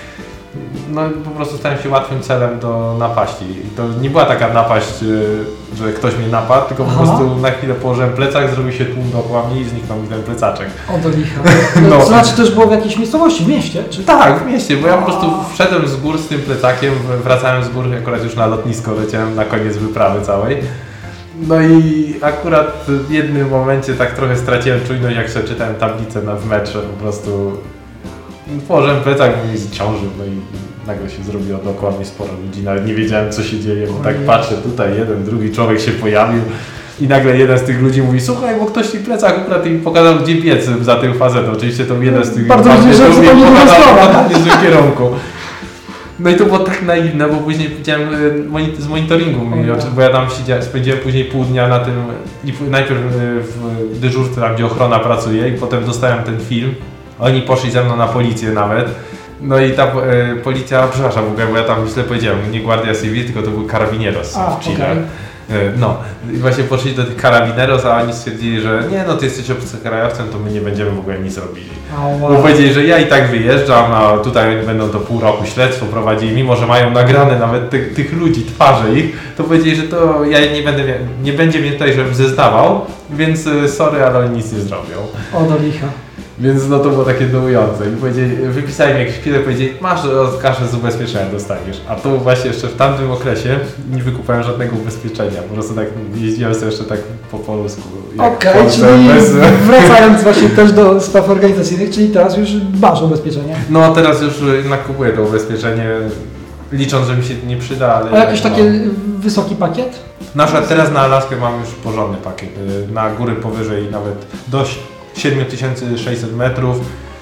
no po prostu stałem się łatwym celem do napaści. I to nie była taka napaść, że ktoś mnie napadł, tylko Aha. po prostu na chwilę położyłem plecak, zrobił się tłum dookoła mnie i zniknął mi ten plecaczek. O do licha. No. To znaczy też było w jakiejś miejscowości, w mieście? Czy... Tak, w mieście, bo ja po prostu wszedłem z gór z tym plecakiem, wracałem z gór, akurat już na lotnisko leciałem na koniec wyprawy całej. No i akurat w jednym momencie tak trochę straciłem czujność, jak sobie czytałem tablicę na w metrze, po prostu położyłem plecak, bo mi ciążył, no i nagle się zrobiło dookoła mnie sporo ludzi, nawet nie wiedziałem co się dzieje, bo tak patrzę, tutaj jeden, drugi człowiek się pojawił i nagle jeden z tych ludzi mówi, słuchaj, bo ktoś ci plecak ukradł i pokazał gdzie biec za tym facetem, oczywiście to jeden z tych bardzo ważne, że to nie pokazał w niezłym kierunku. No i to było tak naiwne, bo później widziałem z monitoringu, bo ja tam siedziałem, spędziłem później pół dnia na tym, i najpierw w dyżurce tam, gdzie ochrona pracuje i potem dostałem ten film. Oni poszli ze mną na policję nawet. No i ta e, policja, przepraszam, bo ja tam źle powiedziałem, nie Guardia Civil, tylko to był Carabineros a, w Chile. Okay. E, no i właśnie poszli do tych Carabineros, a oni stwierdzili, że nie, no ty jesteś obcokrajowcem, to my nie będziemy w ogóle nic robili. Oh, wow. Bo powiedzieli, że ja i tak wyjeżdżam, a tutaj oni będą to pół roku śledztwo prowadzili, mimo że mają nagrane nawet tych, tych ludzi, twarze ich, to powiedzieli, że to ja nie będę, nie będzie mnie tutaj, żebym zeznawał, więc sorry, ale oni nic nie zrobią. O do licha. Więc no to było takie dołujące. I powiedzieli, wypisali mi jakieś chwilę, powiedzieli, masz kasę z ubezpieczenia dostaniesz. A to właśnie jeszcze w tamtym okresie nie wykupałem żadnego ubezpieczenia. Po prostu tak jeździłem sobie jeszcze tak po polsku. Okej, okay, czyli bez... wracając właśnie też do spraw organizacyjnych, czyli teraz już masz ubezpieczenie. No teraz już jednak kupuję to ubezpieczenie, licząc, że mi się nie przyda, ale... A jakiś taki wysoki pakiet? Na przykład teraz na Alaskę mam już porządny pakiet. Na góry powyżej nawet dość siedem tysięcy sześćset metrów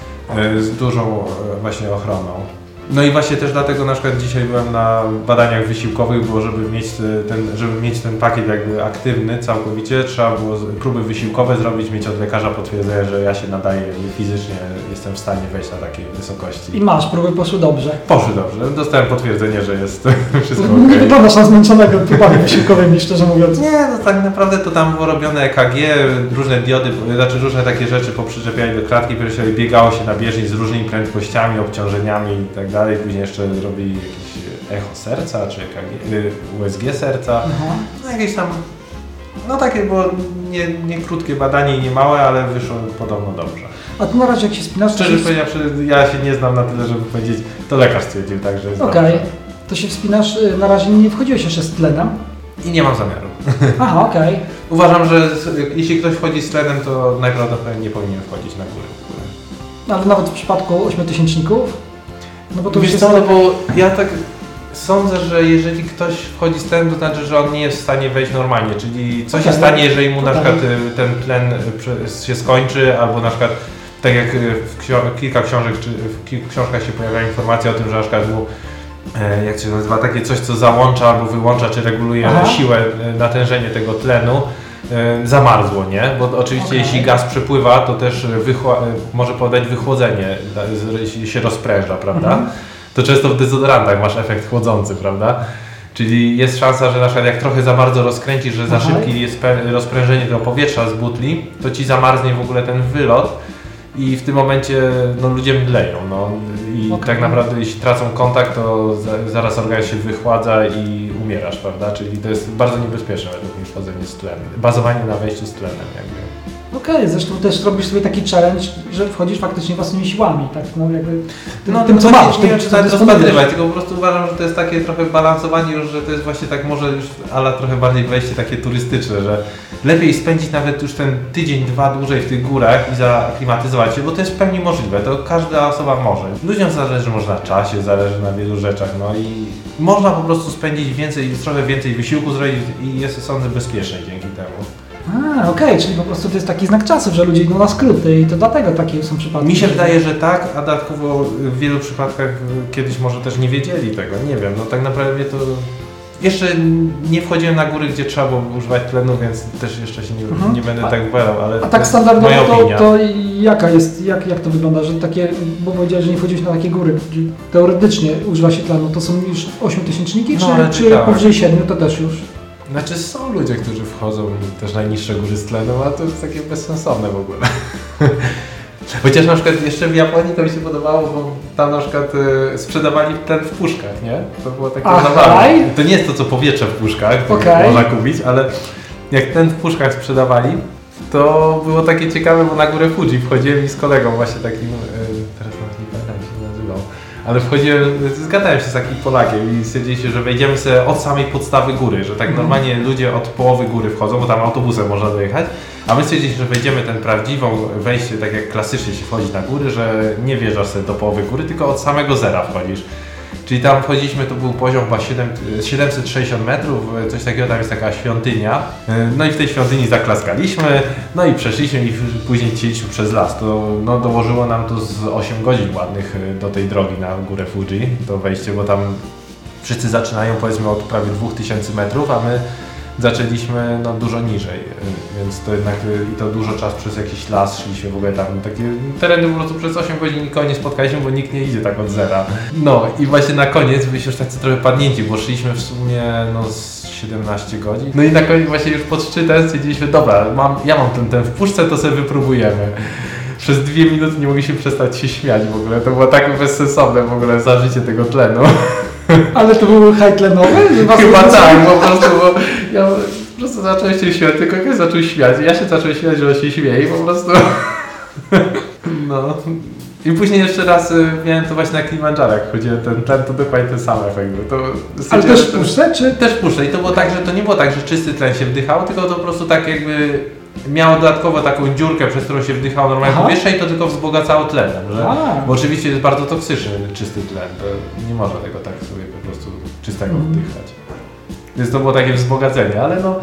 z dużą właśnie ochroną. No i właśnie też dlatego na przykład dzisiaj byłem na badaniach wysiłkowych, było żeby mieć ten, żeby mieć ten pakiet jakby aktywny całkowicie, trzeba było próby wysiłkowe zrobić, mieć od lekarza potwierdzenie, że ja się nadaję i fizycznie jestem w stanie wejść na takiej wysokości. I masz, próby poszły dobrze. Poszły dobrze, dostałem potwierdzenie, że jest wszystko okej. Okay. Nie wyglądasz na zmęczonego próbami wysiłkowymi, szczerze mówiąc. Nie, no tak naprawdę to tam było robione E K G, różne diody, znaczy różne takie rzeczy poprzyczepiali do klatki, piersiowej, biegało się na bieżni z różnymi prędkościami, obciążeniami i tak dalej. Później jeszcze robili jakieś echo serca, czy E K G, U S G serca. Aha. No jakieś tam, no takie było nie, nie krótkie badanie i nie małe, ale wyszło podobno dobrze. A tu na razie jak się spinasz... Szczerze się... powiedziawszy, ja się nie znam na tyle, żeby powiedzieć, to lekarz stwierdził, tak, że jest Okej, okay. To się wspinasz, na razie nie wchodziłeś jeszcze z tlenem? I nie mam zamiaru. Aha, okej. Okay. Uważam, że jeśli ktoś wchodzi z tlenem, to najprawdopodobniej nie powinien wchodzić na górę. No, ale nawet w przypadku ośmiotysięczników? No bo to wiesz co, no bo ja tak sądzę, że jeżeli ktoś wchodzi z tlenem, to znaczy, że on nie jest w stanie wejść normalnie, czyli co się stanie, jeżeli mu na przykład ten tlen się skończy, albo na przykład tak jak w ksio- kilka książek, czy w kilku książkach się pojawia informacja o tym, że na przykład mu, jak to się nazywa, takie coś, co załącza albo wyłącza, czy reguluje Aha. siłę, natężenie tego tlenu, zamarzło, nie? Bo oczywiście okay. jeśli gaz przepływa, to też wychła- może podać wychłodzenie, się rozpręża, prawda? Mhm. To często w dezodorantach masz efekt chłodzący, prawda? Czyli jest szansa, że na przykład jak trochę za bardzo rozkręcisz, że za Aha. szybkie jest rozprężenie tego powietrza z butli, to ci zamarznie w ogóle ten wylot i w tym momencie no, ludzie mdleją. No, I okay. tak naprawdę jeśli tracą kontakt, to za, zaraz organizm się wychładza i umierasz, prawda? Czyli to jest bardzo niebezpieczne według mnie wchodzenie z tlenem. Bazowanie na wejściu z tlenem jakby. Okej, okay, zresztą też robisz sobie taki challenge, że wchodzisz faktycznie własnymi siłami, tak, no jakby tym, no, tym co no, masz. Nie tym, wiem, czy co tak dysponujesz. rozpatrywać, tylko po prostu uważam, że to jest takie trochę balansowanie już, że to jest właśnie tak może już, ale trochę bardziej wejście takie turystyczne, że lepiej spędzić nawet już ten tydzień, dwa dłużej w tych górach i zaaklimatyzować się, bo to jest w pełni możliwe, to każda osoba może. Ludziom zależy może na czasie, zależy na wielu rzeczach, no i można po prostu spędzić więcej, trochę więcej wysiłku zrobić i jest, sądzę, bezpieczniej dzięki temu. A, okej, okay, czyli po prostu to jest taki znak czasów, że ludzie idą na skróty i to dlatego takie są przypadki. Mi się wydaje, że tak, a dodatkowo w wielu przypadkach kiedyś może też nie wiedzieli tego, nie wiem, no tak naprawdę mnie to... Jeszcze nie wchodziłem na góry, gdzie trzeba było używać tlenu, więc też jeszcze się nie, mhm. nie będę a, tak wypowiadał, ale A tak standardowo to, to jaka jest, jak, jak to wygląda, że takie, bo powiedziałeś, że nie wchodziłeś na takie góry, gdzie teoretycznie używa się tlenu, to są już ośmiotysięczniki, czy, no, czy tak. powyżej siedmiu to też już? Znaczy są ludzie, którzy wchodzą też najniższe góry z tlenem, a to jest takie bezsensowne w ogóle. Chociaż na przykład jeszcze w Japonii to mi się podobało, bo tam na przykład y, sprzedawali tlen w puszkach, nie? To było takie zabawne. To nie jest to, co powietrze w puszkach, to okay. można kupić, ale jak ten w puszkach sprzedawali, to było takie ciekawe, bo na górę Fuji wchodziłem i z kolegą właśnie takim, y, teraz nie pamiętam jak się nazywał, ale wchodziłem, zgadałem się z takim Polakiem i stwierdziliśmy, że wejdziemy sobie od samej podstawy góry, że tak mm. normalnie ludzie od połowy góry wchodzą, bo tam autobusem można dojechać, a my stwierdziliśmy, że wejdziemy ten prawdziwą wejście, tak jak klasycznie się wchodzi na góry, że nie wjeżdżasz sobie do połowy góry, tylko od samego zera wchodzisz. Czyli tam wchodziliśmy, to był poziom chyba siedemset sześćdziesiąt metrów, coś takiego, tam jest taka świątynia. No i w tej świątyni zaklaskaliśmy, no i przeszliśmy i później chcieliśmy przez las. To no, dołożyło nam to z osiem godzin ładnych do tej drogi na górę Fuji, to wejście, bo tam wszyscy zaczynają powiedzmy od prawie dwóch tysięcy metrów, a my zaczęliśmy no, dużo niżej, więc to jednak i to dużo czasu przez jakiś las szliśmy, w ogóle tam takie tereny po prostu przez osiem godzin nikogo nie spotkaliśmy, bo nikt nie idzie tak od zera. No i właśnie na koniec byliśmy już tacy trochę padnięci, bo szliśmy w sumie no z siedemnaście godzin. No i na koniec właśnie już pod szczytem stwierdziliśmy, dobra, mam, ja mam ten, ten w puszce, to sobie wypróbujemy. Przez dwie minuty nie mogliśmy przestać się śmiać w ogóle, to było tak bezsensowne w ogóle zażycie tego tlenu. Ale to był high tlenowy? Chyba tak, po prostu, bo ja po prostu zacząłem się śmiać, tylko jak zaczął śmiać, ja się zacząłem śmiać, że on się śmieje i po prostu... No. I później jeszcze raz miałem to właśnie na Kilimandżaro, jak chodziłem ten tlen, to dokładnie ten sam efekt był. To ale też w puszce, czy? Też w puszce i to było tak, że to nie było tak, że czysty tlen się wdychał, tylko to po prostu tak jakby miało dodatkowo taką dziurkę, przez którą się wdychało normalnie powietrze i to tylko wzbogacało tlenem, że? Bo oczywiście jest bardzo toksyczny czysty tlen, to nie można tego tak sobie po prostu czystego mm. wdychać. Więc to było takie wzbogacenie, ale no,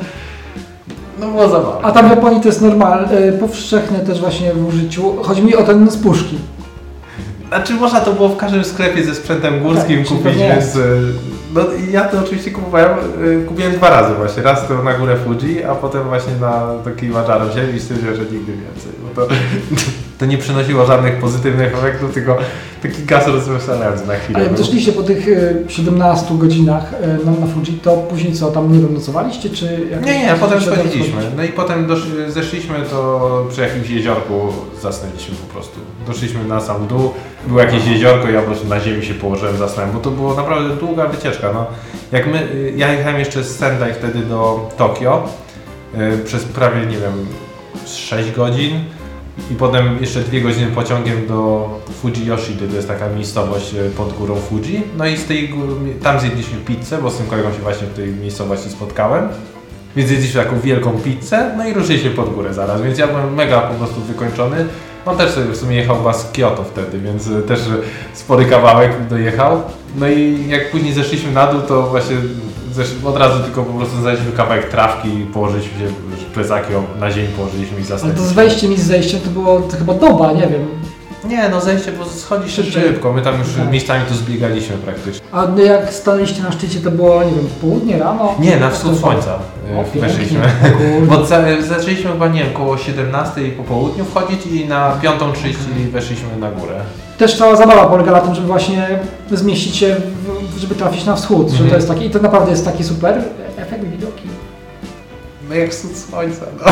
no było zabawne. A tam w Japonii to jest normalne, powszechne też właśnie w użyciu, chodzi mi o ten z puszki. Znaczy można to było w każdym sklepie ze sprzętem górskim tak, kupić, więc no ja to oczywiście kupowałem, kupiłem dwa razy właśnie, raz to na górę Fuji, a potem właśnie na do Kilimandżaro wziąłem i stwierdziłem, że nigdy więcej, bo to, to nie przynosiło żadnych pozytywnych efektów, tylko taki gaz rozweselający na chwilę. Ale doszliście po tych siedemnastu godzinach na, na Fuji, to później co, tam nie wiem, nocowaliście, czy... Jak nie, nie, potem schodziliśmy, no i potem dosz, zeszliśmy, to przy jakimś jeziorku zasnęliśmy po prostu. Doszliśmy na sam dół, było jakieś jeziorko i ja po prostu na ziemi się położyłem, zasnąłem, bo to było naprawdę długa wycieczka. No, jak my, ja jechałem jeszcze z Sendai wtedy do Tokio yy, przez prawie, nie wiem, sześć godzin i potem jeszcze dwie godziny pociągiem do Fujiyoshide, to jest taka miejscowość pod górą Fuji. No i z tej góry, tam zjedliśmy pizzę, bo z tym kolegą się właśnie w tej miejscowości spotkałem. Więc zjedliśmy taką wielką pizzę, no i ruszyliśmy pod górę zaraz, więc ja byłem mega po prostu wykończony. On też sobie w sumie jechał chyba z Kyoto wtedy, więc też spory kawałek dojechał. No i jak później zeszliśmy na dół, to właśnie zeszli, od razu tylko po prostu znaleźliśmy kawałek trawki i położyliśmy się, plecaki na ziemi położyliśmy i zasnęliśmy. Ale to z wejściem i z zejściem to było to chyba doba, nie wiem. Nie, no zejście, bo schodzi się szybko, my tam już tak. miejscami tu zbiegaliśmy praktycznie. A jak stanęliście na szczycie, to było, nie wiem, południe, rano? Nie, na wschód słońca o, weszliśmy. Bo zaczęliśmy chyba, nie wiem, koło siedemnastej po południu wchodzić i na piątą trzydzieści weszliśmy na górę. Też cała zabawa polega na tym, żeby właśnie zmieścić się, w, żeby trafić na wschód, mm-hmm. że to jest taki, i to naprawdę jest taki super efekt widoki. No jak wschód słońca, no.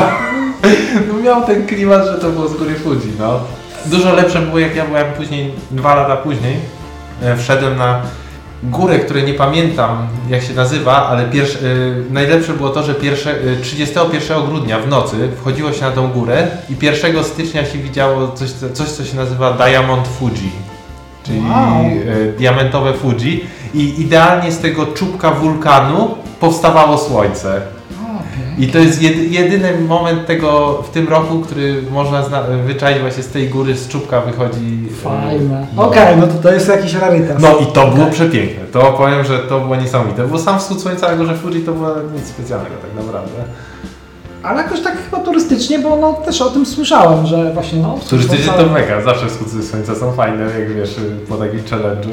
No miał ten klimat, że to było z góry Fuji, no. Dużo lepsze było, jak ja byłem później, dwa lata później, wszedłem na górę, której nie pamiętam jak się nazywa, ale pierwsze, y, najlepsze było to, że pierwsze, y, trzydziestego pierwszego grudnia w nocy wchodziło się na tą górę i pierwszego stycznia się widziało coś, coś co się nazywa Diamond Fuji, czyli Wow. y, diamentowe Fuji i idealnie z tego czubka wulkanu powstawało słońce. I to jest jedy, jedyny moment tego w tym roku, który można zna- wyczaić właśnie z tej góry, z czubka wychodzi. Fajne. No. Okej, okay, no to to jest jakiś rarytas. No i to było Okay. przepiękne. To powiem, że to było niesamowite. Bo sam wschód słońca na górze Fuji to było nic specjalnego tak naprawdę. Ale jakoś tak chyba turystycznie, bo no też o tym słyszałem, że właśnie no... Turystycznie wschód to mega. Zawsze wschód słońca są fajne, jak wiesz, po takim challenge'u.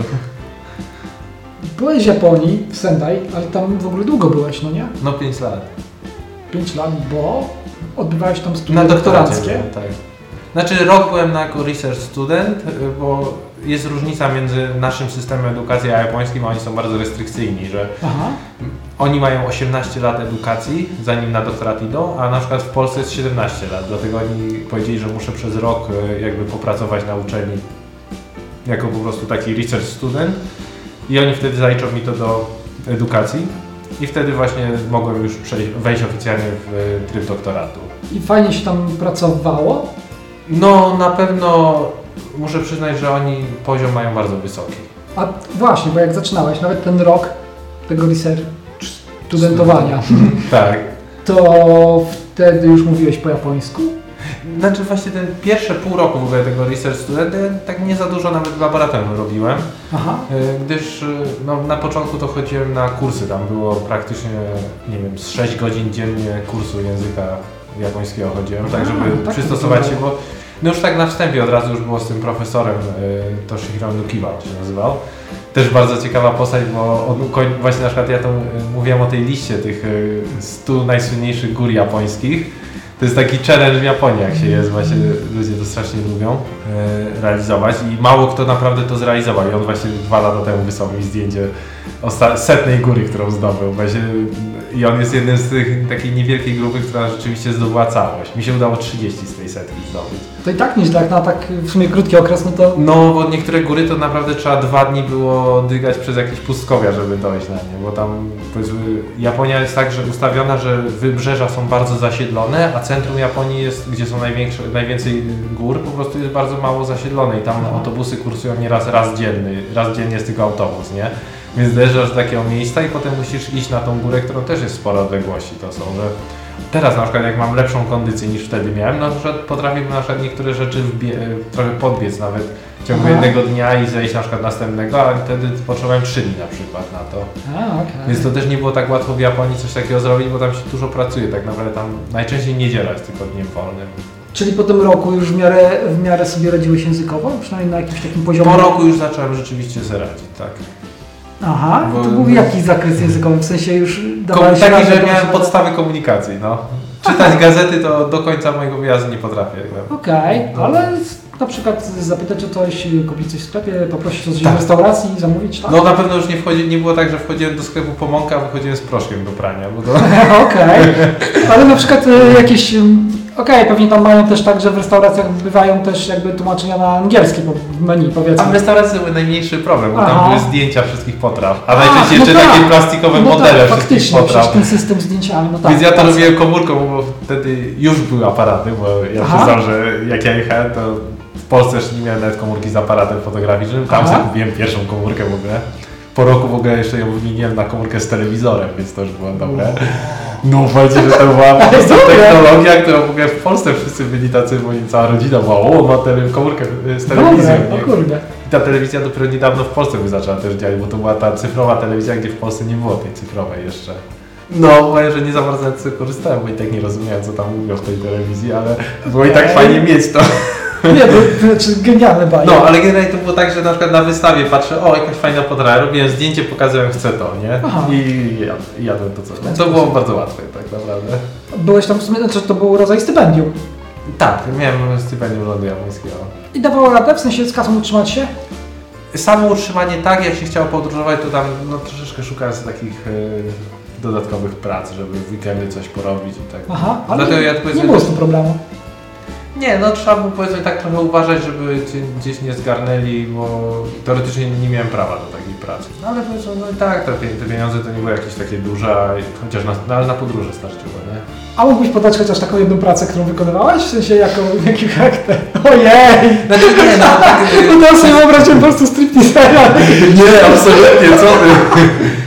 Byłeś w Japonii, w Sendai, ale tam w ogóle długo byłeś, no nie? No pięć lat. pięć lat, bo odbywałeś tam Na studia doktoracie doktoranckie. byłem, tak. Znaczy rok byłem na jako research student, bo jest różnica między naszym systemem edukacji a japońskim, a oni są bardzo restrykcyjni, że Aha. oni mają osiemnaście lat edukacji, zanim na doktorat idą, a na przykład w Polsce jest siedemnaście lat, dlatego oni powiedzieli, że muszę przez rok jakby popracować na uczelni jako po prostu taki research student i oni wtedy zaliczą mi to do edukacji i wtedy właśnie mogłem już przejść, wejść oficjalnie w tryb doktoratu. I fajnie się tam pracowało? No na pewno muszę przyznać, że oni poziom mają bardzo wysoki. A właśnie, bo jak zaczynałeś, nawet ten rok tego research studentowania, Tak. to wtedy już mówiłeś po japońsku? Znaczy właśnie ten pierwsze pół roku w ogóle tego research studenta tak nie za dużo nawet w laboratorium robiłem, Aha. gdyż no, na początku to chodziłem na kursy, tam było praktycznie, nie wiem, z sześć godzin dziennie kursu języka japońskiego chodziłem, tak żeby A, tak przystosować to się, bo no już tak na wstępie od razu już było z tym profesorem y, Toshihiro Nukiwa, on się nazywał. Też bardzo ciekawa postać, bo on ukoń- właśnie na przykład ja to y, mówiłem o tej liście tych y, stu najsłynniejszych gór japońskich. To jest taki challenge w Japonii, jak się jest, właśnie ludzie to strasznie lubią e, realizować i mało kto naprawdę to zrealizował i on właśnie dwa lata temu wysłał mi zdjęcie osta- setnej góry, którą zdobył właśnie i on jest jednym z tych takiej niewielkiej grupy, która rzeczywiście zdobyła całość. Mi się udało trzydzieści z tej setki zdobyć. To i tak nieźle, jak na tak w sumie krótki okres, no to... No, bo niektóre góry to naprawdę trzeba dwa dni było dygać przez jakieś pustkowia, żeby dojść na nie, bo tam powiedzmy Japonia jest tak, że ustawiona, że wybrzeża są bardzo zasiedlone, a centrum Japonii jest, gdzie są największe, najwięcej gór, po prostu jest bardzo mało zasiedlone i tam autobusy kursują nieraz raz dzienny, raz dziennie jest tylko autobus, nie? Więc dojeżdżasz do takiego miejsca i potem musisz iść na tą górę, którą też jest sporo odległości, to są, że teraz na przykład jak mam lepszą kondycję niż wtedy miałem, no na przykład potrafię na przykład niektóre rzeczy wbie- trochę podbiec nawet w ciągu Aha. jednego dnia i zejść na przykład następnego, a wtedy potrzebowałem trzy dni na przykład na to. A, okej. Więc to też nie było tak łatwo w Japonii coś takiego zrobić, bo tam się dużo pracuje, tak naprawdę tam najczęściej niedziela jest tylko dniem wolnym. Czyli po tym roku już w miarę, w miarę sobie radziłeś językowo? Przynajmniej na jakimś takim poziomie? Po roku już zacząłem rzeczywiście sobie radzić, tak. Aha, Bo- to był jaki zakres językowy? W sensie już Kom- dawałeś taki, radę, że to miałem się- podstawy komunikacji, no. Czytać gazety to do końca mojego wyjazdu nie potrafię. No. Okej, ale na przykład zapytać o coś, kupić coś w sklepie, poprosić o coś Tak. w restauracji, zamówić, tak? No na pewno już nie wchodzi, nie było tak, że wchodziłem do sklepu po mąkę, a wychodziłem z proszkiem do prania, bo to... Okej, ale na przykład y, jakieś... ym, Okej, pewnie tam mają też tak, że w restauracjach bywają też jakby tłumaczenia na angielski po- w meni, powiedzmy. Tam restauracje były najmniejszy problem, bo Aha. tam były zdjęcia wszystkich potraw, a A, najczęściej no jeszcze tak. takie plastikowe no modele tak, wszystkich faktycznie, potraw. przecież ten system z zdjęciami, no tak. Więc ja to tak. robiłem komórką, bo wtedy już były aparaty, bo ja Aha. przyznam, że jak ja jechałem, to w Polsce jeszcze nie miałem nawet komórki z aparatem fotograficznym, tam Aha. sobie kupiłem pierwszą komórkę w ogóle. Po roku w ogóle jeszcze ją wymieniłem na komórkę z telewizorem, więc to już było dobre. No powiedzcie, że to była po prostu technologia, którą w ogóle w Polsce wszyscy byli tacy, bo cała rodzina była, o, ma tele, komórkę z telewizją. Dobre, nie? o kurde. I ta telewizja dopiero niedawno w Polsce by zaczęła też działać, bo to była ta cyfrowa telewizja, gdzie w Polsce nie było tej cyfrowej jeszcze. No, powiem, że nie za bardzo z tego korzystałem, bo i tak nie rozumiałem, co tam mówią w tej telewizji, ale było i tak fajnie mieć to. Nie, to znaczy genialne bajki. No, ale generalnie to było tak, że na przykład na wystawie patrzę, o, jakaś fajna potrawa, robiłem zdjęcie, pokazałem, chcę to, nie? Aha. I jad, i jadłem to, co. To było bardzo łatwe, tak naprawdę. Byłeś tam w sumie, znaczy to był rodzaj stypendium. Tak, miałem stypendium rządu japońskiego. I dawało radę, w sensie z kasą utrzymać się? Samo utrzymanie tak, jak się chciało podróżować, to tam no, troszeczkę szukałem sobie takich y, dodatkowych prac, żeby w weekendy coś porobić i tak. Aha, ale Dlatego ja nie powiedzmy, było z tym problemu. Nie, no trzeba było powiedzmy tak trochę uważać, żeby cię gdzieś nie zgarnęli, bo teoretycznie nie miałem prawa do takiej pracy. No ale powiedzmy, no i tak, te, te pieniądze to nie były jakieś takie duże, chociaż na, no, ale na podróże starczyło, nie? A mógłbyś podać chociaż taką jedną pracę, którą wykonywałeś? W sensie jaką, jaki charakter? Ojej! Znaczy nie, no tak... No teraz sobie wyobraziłem po prostu stripteasera. Nie, absolutnie, co ty?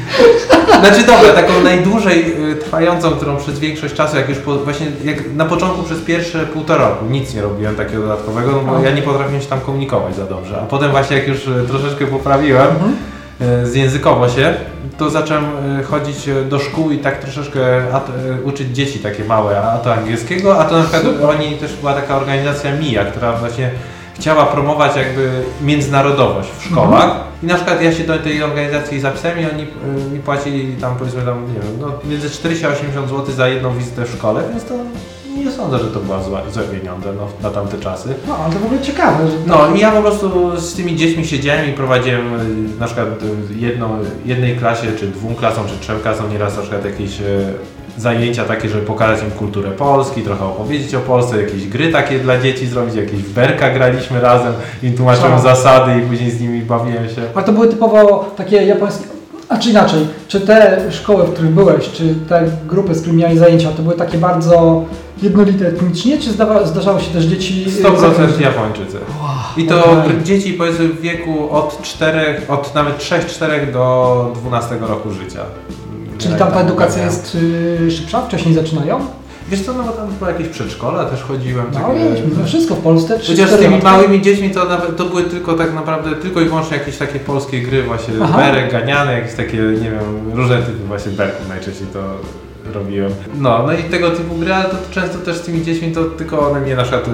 Znaczy dobra, taką najdłużej trwającą, którą przez większość czasu, jak już po, właśnie jak na początku przez pierwsze półtora roku nic nie robiłem takiego dodatkowego, no bo ja nie potrafiłem się tam komunikować za dobrze, a potem właśnie jak już troszeczkę poprawiłem mhm. z językowo się, to zacząłem chodzić do szkół i tak troszeczkę at, uczyć dzieci takie małe, a to angielskiego, a to na przykład oni też była taka organizacja M I A, która właśnie chciała promować jakby międzynarodowość w szkołach mhm. i na przykład ja się do tej organizacji zapisałem i oni y, mi płacili tam powiedzmy tam, nie wiem, no między czterdzieści a osiemdziesiąt złotych za jedną wizytę w szkole, więc to nie sądzę, że to była złe, złe pieniądze no, na tamte czasy. No, ale to w ogóle ciekawe, że... No i ja po prostu z tymi dziećmi siedziałem i prowadziłem y, na przykład jedną, jednej klasie, czy dwóm klasom, czy trzem klasom nieraz na przykład jakieś y, zajęcia takie, żeby pokazać im kulturę Polski, trochę opowiedzieć o Polsce, jakieś gry takie dla dzieci zrobić, jakieś w berka graliśmy razem, im tłumaczyłem zasady i później z nimi bawiłem się. Ale to były typowo takie japońskie, a czy inaczej, czy te szkoły, w których byłeś, czy te grupy, z którymi miałeś zajęcia, to były takie bardzo jednolite etnicznie, czy zdawa, zdarzały się też dzieci... sto procent Japończycy. Wow, I to okay. dzieci powiedzmy w wieku od czterech, od nawet trzech czterech do dwunastego roku życia. Czyli tam ta edukacja jest y, szybsza? Wcześniej zaczynają? Wiesz co, no bo tam było jakieś przedszkola, też chodziłem. No takie, wiem, wszystko w Polsce. Chociaż z tymi małymi dziećmi to, nawet, to były tylko tak naprawdę, tylko i wyłącznie jakieś takie polskie gry, właśnie Aha. berek, ganiane, jakieś takie, nie wiem, różne typy właśnie berków najczęściej to robiłem. No, no i tego typu gry, ale to często też z tymi dziećmi to tylko one mnie na przykład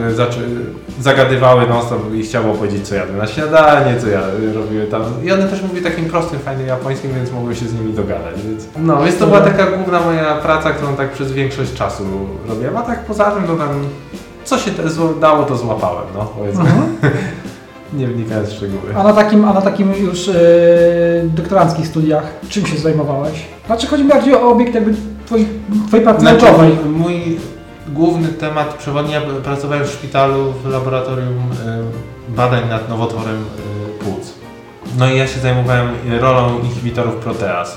zagadywały non-stop i chciało powiedzieć, co jadę na śniadanie, co ja robiłem tam. I one też mówiły takim prostym, fajnym japońskim, więc mogłem się z nimi dogadać. Więc... No, więc to była taka główna moja praca, którą tak przez większość czasu robiłem, a tak poza tym to tam co się te, dało, to złapałem, no powiedzmy. Mhm. Nie wnikając w szczegóły. A na takim, a na takim już yy, doktoranckich studiach czym się zajmowałeś? Znaczy chodzi mi bardziej o obiekt jakby twojej, twojej pracy znaczy, naukowej. Mój główny temat przewodni, ja pracowałem w szpitalu w laboratorium y, badań nad nowotworem y, płuc. No i ja się zajmowałem rolą inhibitorów proteaz.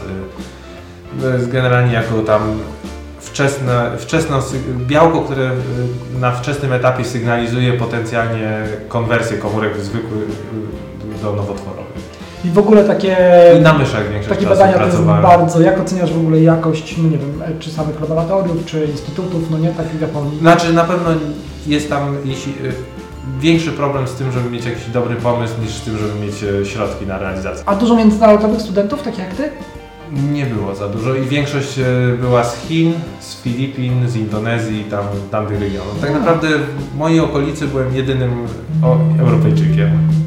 Y, to jest generalnie jako tam wczesne, wczesne białko, które na wczesnym etapie sygnalizuje potencjalnie konwersję komórek zwykłych do nowotworowych. I w ogóle takie, I na myszach większość takie czasu badania pracowałem. To jest bardzo, jak oceniasz w ogóle jakość, no nie wiem, czy samych laboratoriów, czy instytutów, no nie, takich w Japonii? Znaczy na pewno jest tam jeśli, większy problem z tym, żeby mieć jakiś dobry pomysł, niż z tym, żeby mieć środki na realizację. A dużo międzynarodowych studentów, takich jak ty? Nie było za dużo i większość była z Chin, z Filipin, z Indonezji, tam tamtych regionów. Tak naprawdę w mojej okolicy byłem jedynym o, Europejczykiem.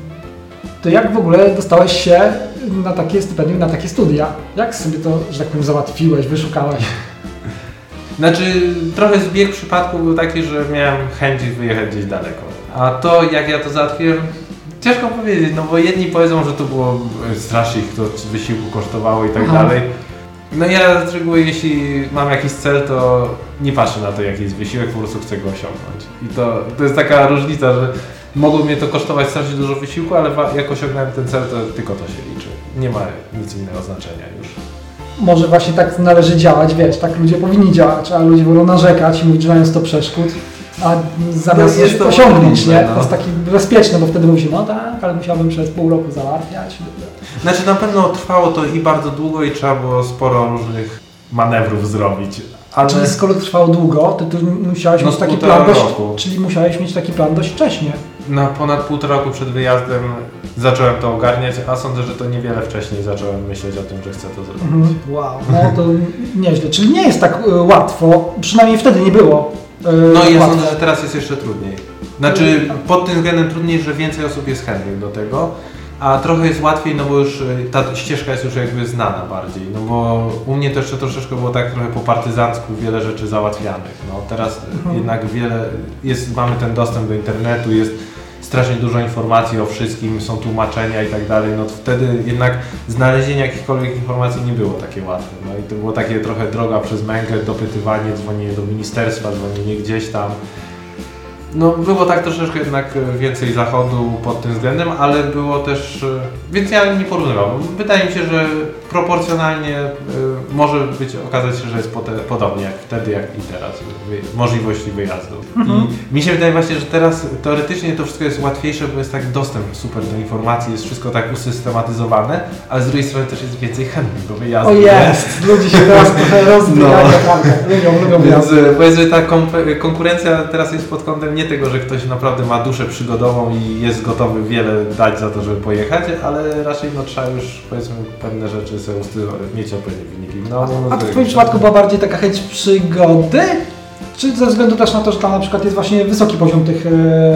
To jak w ogóle dostałeś się na takie stypendium, na takie studia? Jak sobie to, że tak powiem, załatwiłeś, wyszukałeś? Znaczy, trochę zbieg przypadku był taki, że miałem chęć wyjechać gdzieś daleko. A to, jak ja to załatwiłem, ciężko powiedzieć, no bo jedni powiedzą, że to było strasznie ich to wysiłku kosztowało i tak Aha. dalej. No ja z reguły, jeśli mam jakiś cel, to nie patrzę na to, jaki jest wysiłek, po prostu chcę go osiągnąć. I to, to jest taka różnica, że mogło mnie to kosztować strasznie dużo wysiłku, ale jak osiągnąłem ten cel, to tylko to się liczy. Nie ma nic innego znaczenia już. Może właśnie tak należy działać, wiesz, tak ludzie powinni działać, a ludzie wolą narzekać i mówić, że mają sto przeszkód. A zamiast coś osiągnąć, nie? No. To jest taki bezpieczne, bo wtedy mówi się, no tak, ale musiałbym przez pół roku załatwiać. Znaczy na pewno trwało to i bardzo długo i trzeba było sporo różnych manewrów zrobić. Ale... Czyli skoro trwało długo, to ty musiałeś no, mieć taki plan dość, czyli musiałeś mieć taki plan dość wcześnie. Na ponad półtora roku przed wyjazdem zacząłem to ogarniać, a sądzę, że to niewiele wcześniej zacząłem myśleć o tym, że chcę to zrobić. Mhm. Wow, no to nieźle. Czyli nie jest tak y, łatwo, przynajmniej wtedy nie było. No i ja sądzę, że teraz jest jeszcze trudniej. Znaczy pod tym względem trudniej, że więcej osób jest chętnych do tego, a trochę jest łatwiej, no bo już ta ścieżka jest już jakby znana bardziej, no bo u mnie to jeszcze troszeczkę było tak trochę po partyzancku wiele rzeczy załatwianych. No teraz mhm. jednak wiele, jest, mamy ten dostęp do internetu, jest strasznie dużo informacji o wszystkim, są tłumaczenia i tak dalej, no to wtedy jednak znalezienie jakichkolwiek informacji nie było takie łatwe. No i to było takie trochę droga przez mękę, dopytywanie, dzwonienie do ministerstwa, dzwonienie gdzieś tam. No było tak troszeczkę jednak więcej zachodu pod tym względem, ale było też, więc ja nie porównywam. Wydaje mi się, że proporcjonalnie y, może być, okazać się, że jest pote, podobnie jak wtedy, jak i teraz, wy, możliwości wyjazdu. Mhm. I mi się wydaje właśnie, że teraz teoretycznie to wszystko jest łatwiejsze, bo jest tak dostęp super do informacji, jest wszystko tak usystematyzowane, ale z drugiej strony też jest więcej chętnych do wyjazdu. O jest! Ludzie się teraz trochę rozbijają, naprawdę. Lubią, lubią Więc wyjazdy. powiedzmy, ta konkurencja teraz jest pod kątem nie tego, że ktoś naprawdę ma duszę przygodową i jest gotowy wiele dać za to, żeby pojechać, ale raczej no, trzeba już powiedzmy pewne rzeczy sobie mieć odpowiednie wyniki. No, no, A to w Twoim przypadku była bardziej taka chęć przygody? Czy ze względu też na to, że tam na przykład jest właśnie wysoki poziom tych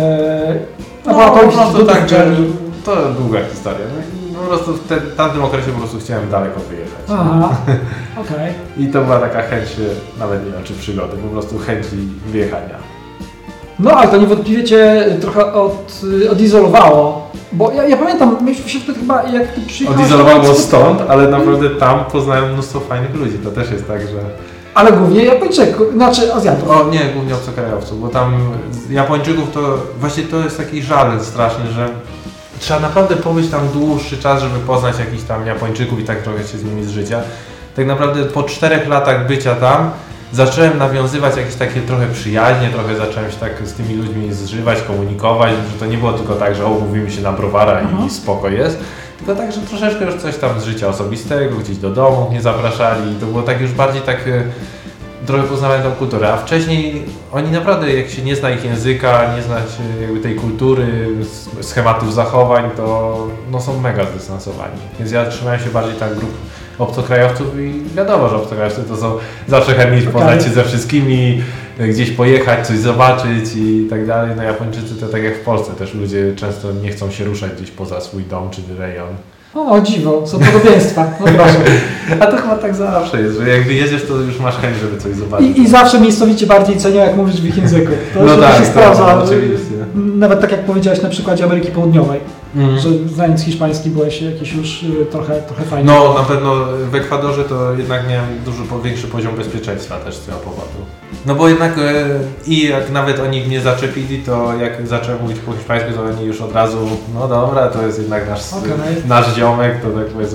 e, no, laboratoriów, no, to tak, że to długa historia. No, po prostu w, te, w tamtym okresie po prostu chciałem daleko wyjechać. Aha, okej. Okay. I to była taka chęć, nawet nie wiem czy przygody, po prostu chęci wyjechania. No, ale to niewątpliwie Cię trochę od, odizolowało, bo ja, ja pamiętam, myśmy się wtedy chyba, jak Ty przyjechałeś... Odizolowało stąd, ale naprawdę tam poznałem mnóstwo fajnych ludzi, to też jest tak, że... Ale głównie Japończyków, znaczy Azjatów. O nie, głównie obcokrajowców, bo tam Japończyków to właśnie to jest taki żal straszny, że trzeba naprawdę pobyć tam dłuższy czas, żeby poznać jakichś tam Japończyków i tak trochę się z nimi zżycia. Tak naprawdę po czterech latach bycia tam zacząłem nawiązywać jakieś takie trochę przyjaźnie, trochę zacząłem się tak z tymi ludźmi zżywać, komunikować, że to nie było tylko tak, że o, mówimy się na browara Aha. i spoko jest, tylko tak, że troszeczkę już coś tam z życia osobistego, gdzieś do domu mnie zapraszali i to było tak już bardziej tak, trochę poznawałem tą kulturę, a wcześniej oni naprawdę, jak się nie zna ich języka, nie zna się jakby tej kultury, schematów zachowań, to no, są mega zdystansowani, więc ja trzymałem się bardziej tak grup obcokrajowców i wiadomo, że obcokrajowcy to są zawsze chętni poznać się ze wszystkimi, gdzieś pojechać, coś zobaczyć i tak dalej. No Japończycy to tak jak w Polsce też ludzie często nie chcą się ruszać gdzieś poza swój dom czy rejon. O, dziwo, są podobieństwa, no proszę. A to chyba tak zawsze jest, że jak wyjedziesz, to już masz chęć, żeby coś zobaczyć. I, i zawsze miejscowici bardziej cenią, jak mówisz w ich języku. To no się, tak, się sprawdza. Tak, oczywiście. Nawet tak jak powiedziałeś na przykładzie Ameryki Południowej, mm. że znając hiszpański byłeś jakiś już trochę, trochę fajny. No na pewno w Ekwadorze to jednak miałem dużo większy poziom bezpieczeństwa też z tego powodu. No bo jednak e, i jak nawet oni mnie zaczepili, to jak zacząłem mówić po hiszpańsku, to oni już od razu, no dobra, to jest jednak nasz, okay. nasz ziomek, to tak powiedzmy.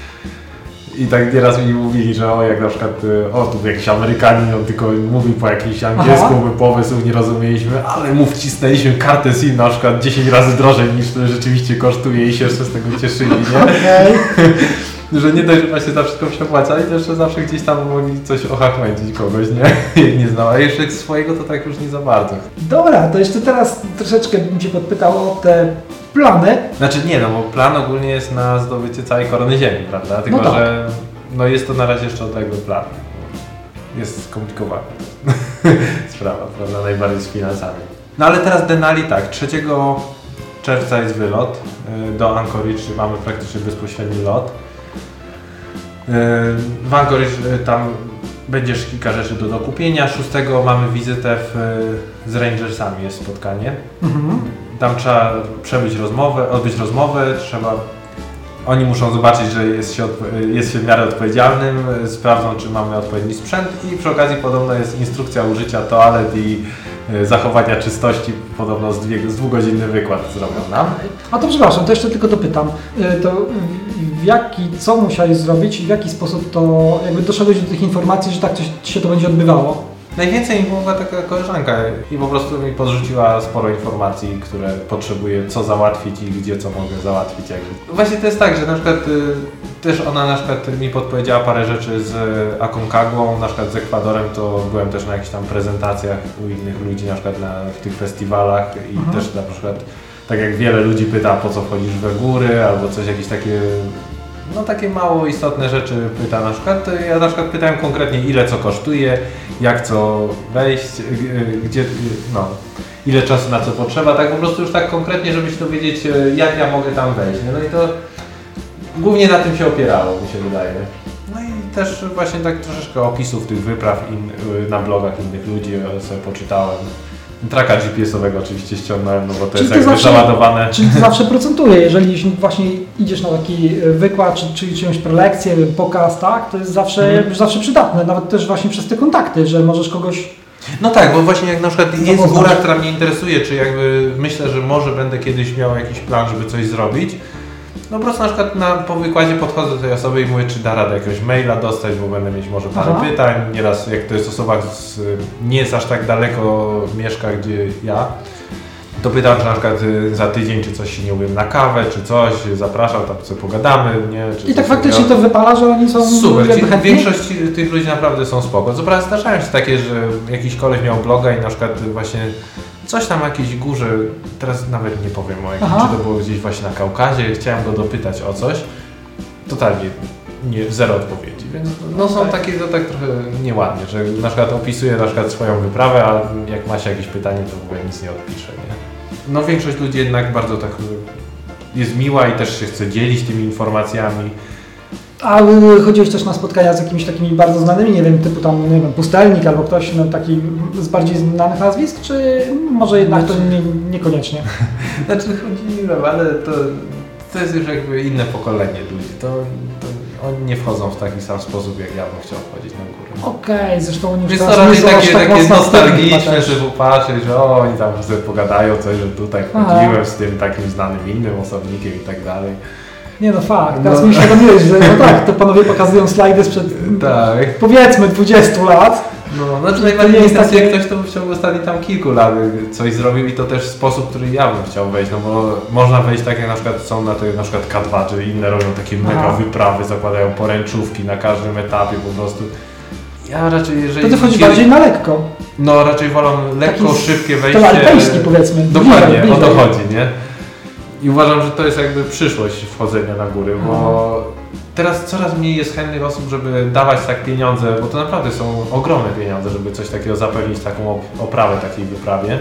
I tak nieraz mi mówili, że o jak na przykład, o tu jakiś Amerykanin, on tylko mówi po jakimś angielsku, my połowy słów nie rozumieliśmy, ale mu wcisnęliśmy kartę SIM na przykład dziesięć razy drożej niż to rzeczywiście kosztuje i się jeszcze z tego cieszyli, nie? Okay. Że nie dość, że właśnie za wszystko przepłacali, to jeszcze zawsze gdzieś tam mogli coś ochachmęcić kogoś, nie? Jak nie znał, a jeszcze swojego to tak już nie za bardzo. Dobra, to jeszcze teraz troszeczkę bym Cię podpytał o te plany. Znaczy nie, no bo plan ogólnie jest na zdobycie całej korony ziemi, prawda? Tylko, no tak. że no jest to na razie jeszcze odległy plan. Jest skomplikowana sprawa, prawda? Najbardziej z finansami. No ale teraz Denali tak, trzeciego czerwca jest wylot do Anchorage, mamy praktycznie bezpośredni lot. W Anchorage tam będziesz kilka rzeczy do dokupienia. szóstego mamy wizytę w, z Rangersami, jest spotkanie. Mhm. Tam trzeba przebyć rozmowę, odbyć rozmowę, trzeba, oni muszą zobaczyć, że jest się, jest się w miarę odpowiedzialnym, sprawdzą, czy mamy odpowiedni sprzęt i przy okazji podobno jest instrukcja użycia toalet i zachowania czystości, podobno z, dwie, z dwugodzinny wykład zrobią nam. A to przepraszam, to jeszcze tylko dopytam, to w jaki, co musiałeś zrobić i w jaki sposób to, jakby doszedłeś do tych informacji, że tak się to będzie odbywało? Najwięcej mi pomogła taka koleżanka i po prostu mi podrzuciła sporo informacji, które potrzebuję, co załatwić i gdzie co mogę załatwić. Jakby. Właśnie to jest tak, że na przykład y, też ona na przykład mi podpowiedziała parę rzeczy z Aconcagua, na przykład z Ekwadorem, to byłem też na jakichś tam prezentacjach u innych ludzi, na przykład na, w tych festiwalach i mhm. też na przykład tak jak wiele ludzi pyta, po co wchodzisz we góry albo coś, jakieś takie no takie mało istotne rzeczy pyta na przykład, to ja na przykład pytałem konkretnie ile co kosztuje, jak co wejść, gdzie, no, ile czasu na co potrzeba, tak po prostu już tak konkretnie, żeby się dowiedzieć jak ja mogę tam wejść, no i to głównie na tym się opierało, mi się wydaje. No i też właśnie tak troszeczkę opisów tych wypraw in, na blogach innych ludzi sobie poczytałem. Traka G P S-owego oczywiście ściągnąłem, no bo to czyli jest to jakby zawsze, załadowane. Czyli to zawsze procentuje, jeżeli właśnie idziesz na taki wykład, czy, czy czyjąś prelekcję, pokaz, tak, to jest zawsze, mm. zawsze przydatne, nawet też właśnie przez te kontakty, że możesz kogoś No tak, bo właśnie jak na przykład jest Zapoznać. góra, która mnie interesuje, czy jakby myślę, że może będę kiedyś miał jakiś plan, żeby coś zrobić, no po prostu na przykład na, po wykładzie podchodzę do tej osoby i mówię, czy da radę jakiegoś maila dostać, bo będę mieć może parę Aha. pytań. Nieraz jak to jest osoba, z, nie jest aż tak daleko mieszka, gdzie ja, to pytam, czy na przykład y, za tydzień, czy coś się nie umiem na kawę, czy coś, zapraszam, tam sobie pogadamy, nie? Czy I tak coś faktycznie takiego. to wypala, że oni są Super, jakby ci, chętni? większość tych ludzi naprawdę są spoko. Co prawda zdarzają się takie, że jakiś koleś miał bloga i na przykład właśnie coś tam o jakiejś górze, teraz nawet nie powiem o jakim, Aha. czy to było gdzieś właśnie na Kaukazie, chciałem go dopytać o coś, totalnie nie, zero odpowiedzi, więc no są takie, to tak trochę nieładnie, że na przykład opisuje na przykład swoją wyprawę, a jak ma się jakieś pytanie, to w ogóle nic nie odpisze, nie? No większość ludzi jednak bardzo tak jest miła i też się chce dzielić tymi informacjami. A y, chodziłeś też na spotkania z jakimiś takimi bardzo znanymi, nie wiem, typu tam, nie wiem, Pustelnik albo ktoś no, taki z bardziej znanych nazwisk, czy może jednak to nie, niekoniecznie? Znaczy chodziłem, ale to, to jest już jakby inne pokolenie ludzi. To, to oni nie wchodzą w taki sam sposób, jak ja bym chciał wchodzić na górę. Okej, zresztą oni już Więc teraz to nie raczej są aż takie, tak takie mocno nostalgiczne, aktywni, że popatrzeć, że o, oni tam sobie pogadają coś, że tutaj Aha. chodziłem z tym takim znanym innym osobnikiem i tak dalej. Nie no fakt, teraz No. mi świadomiłeś, że no tak, to panowie pokazują slajdy sprzed Tak. powiedzmy dwudziestu lat. No, znaczy To najbardziej nie jest interesuje takie- ktoś, kto w ciągu ostatnich tam kilku lat coś zrobił i to też w sposób, który ja bym chciał wejść, no bo można wejść tak jak na przykład są na tej na przykład K dwa, czy inne robią takie mega Aha. wyprawy, zakładają poręczówki na każdym etapie po prostu. Ja raczej jeżeli... To ty wchodzisz kiedy- bardziej na lekko. No raczej wolę lekko, Taki szybkie To wejście. alpejski powiedzmy. Dokładnie, bliżej, o to bliżej. chodzi, nie? I uważam, że to jest jakby przyszłość wchodzenia na góry, bo teraz coraz mniej jest chętnych osób, żeby dawać tak pieniądze, bo to naprawdę są ogromne pieniądze, żeby coś takiego zapewnić, taką op- oprawę takiej wyprawie.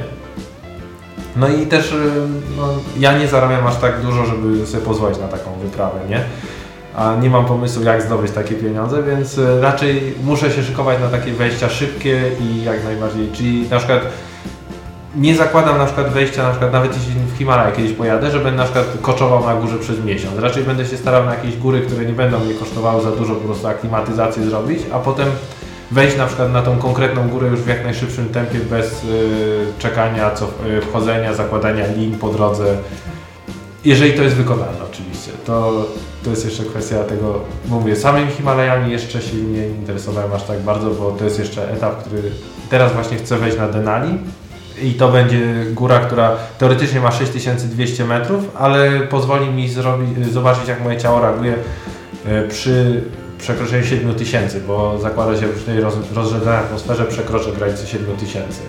No i też y, no, ja nie zarabiam aż tak dużo, żeby sobie pozwolić na taką wyprawę, nie? A nie mam pomysłu, jak zdobyć takie pieniądze, więc y, raczej muszę się szykować na takie wejścia szybkie i jak najbardziej, czyli na przykład nie zakładam na przykład wejścia, na przykład nawet jeśli w Himalaja kiedyś pojadę, że będę na przykład koczował na górze przez miesiąc. Raczej będę się starał na jakieś góry, które nie będą mnie kosztowały za dużo, po prostu aklimatyzację zrobić, a potem wejść na przykład na tą konkretną górę już w jak najszybszym tempie, bez y, czekania, co, y, wchodzenia, zakładania lin po drodze. Jeżeli to jest wykonalne oczywiście, to, to jest jeszcze kwestia tego, mówię, samymi Himalajami jeszcze się nie interesowałem aż tak bardzo, bo to jest jeszcze etap, który teraz właśnie chcę wejść na Denali. I to będzie góra, która teoretycznie ma sześć tysięcy dwieście metrów, ale pozwoli mi zrobić, zobaczyć, jak moje ciało reaguje e, przy przekroczeniu siedmiu tysięcy, bo zakłada się, że przy tej roz, rozrzedzonej atmosferze przekroczę granicę siedmiu tysięcy.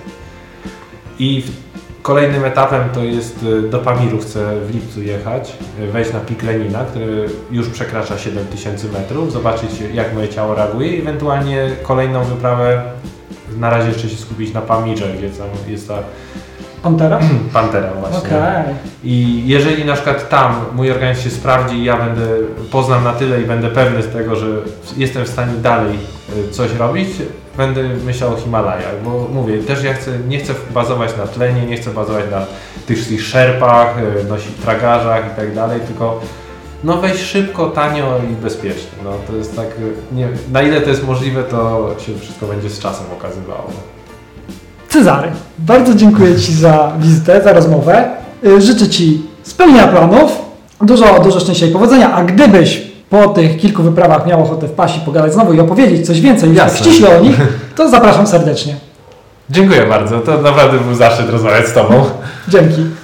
I w, kolejnym etapem to jest e, do Pamiru, chcę w lipcu jechać, e, wejść na pik Lenina, który już przekracza siedem tysięcy metrów, zobaczyć, jak moje ciało reaguje i ewentualnie kolejną wyprawę. Na razie jeszcze się skupić na Pamirze, gdzie tam jest ta Pantera? Pantera właśnie. Okej. I jeżeli na przykład tam mój organizm się sprawdzi i ja będę poznam na tyle i będę pewny z tego, że jestem w stanie dalej y, coś robić, będę myślał o Himalajach, bo mówię, też ja chcę, nie chcę bazować na tlenie, nie chcę bazować na tych wszystkich szerpach, y, nosić tragarzach i tak dalej, tylko no wejść szybko, tanio i bezpiecznie. No to jest tak, nie, na ile to jest możliwe, to się wszystko będzie z czasem okazywało. Cezary, bardzo dziękuję Ci za wizytę, za rozmowę. Y, Życzę Ci spełnienia planów, dużo, dużo szczęścia i powodzenia, a gdybyś po tych kilku wyprawach miał ochotę wpaść i pogadać znowu i opowiedzieć coś więcej, już tak Jasne. ściśle o nich, to zapraszam serdecznie. Dziękuję bardzo, to naprawdę był zaszczyt rozmawiać z Tobą. Dzięki.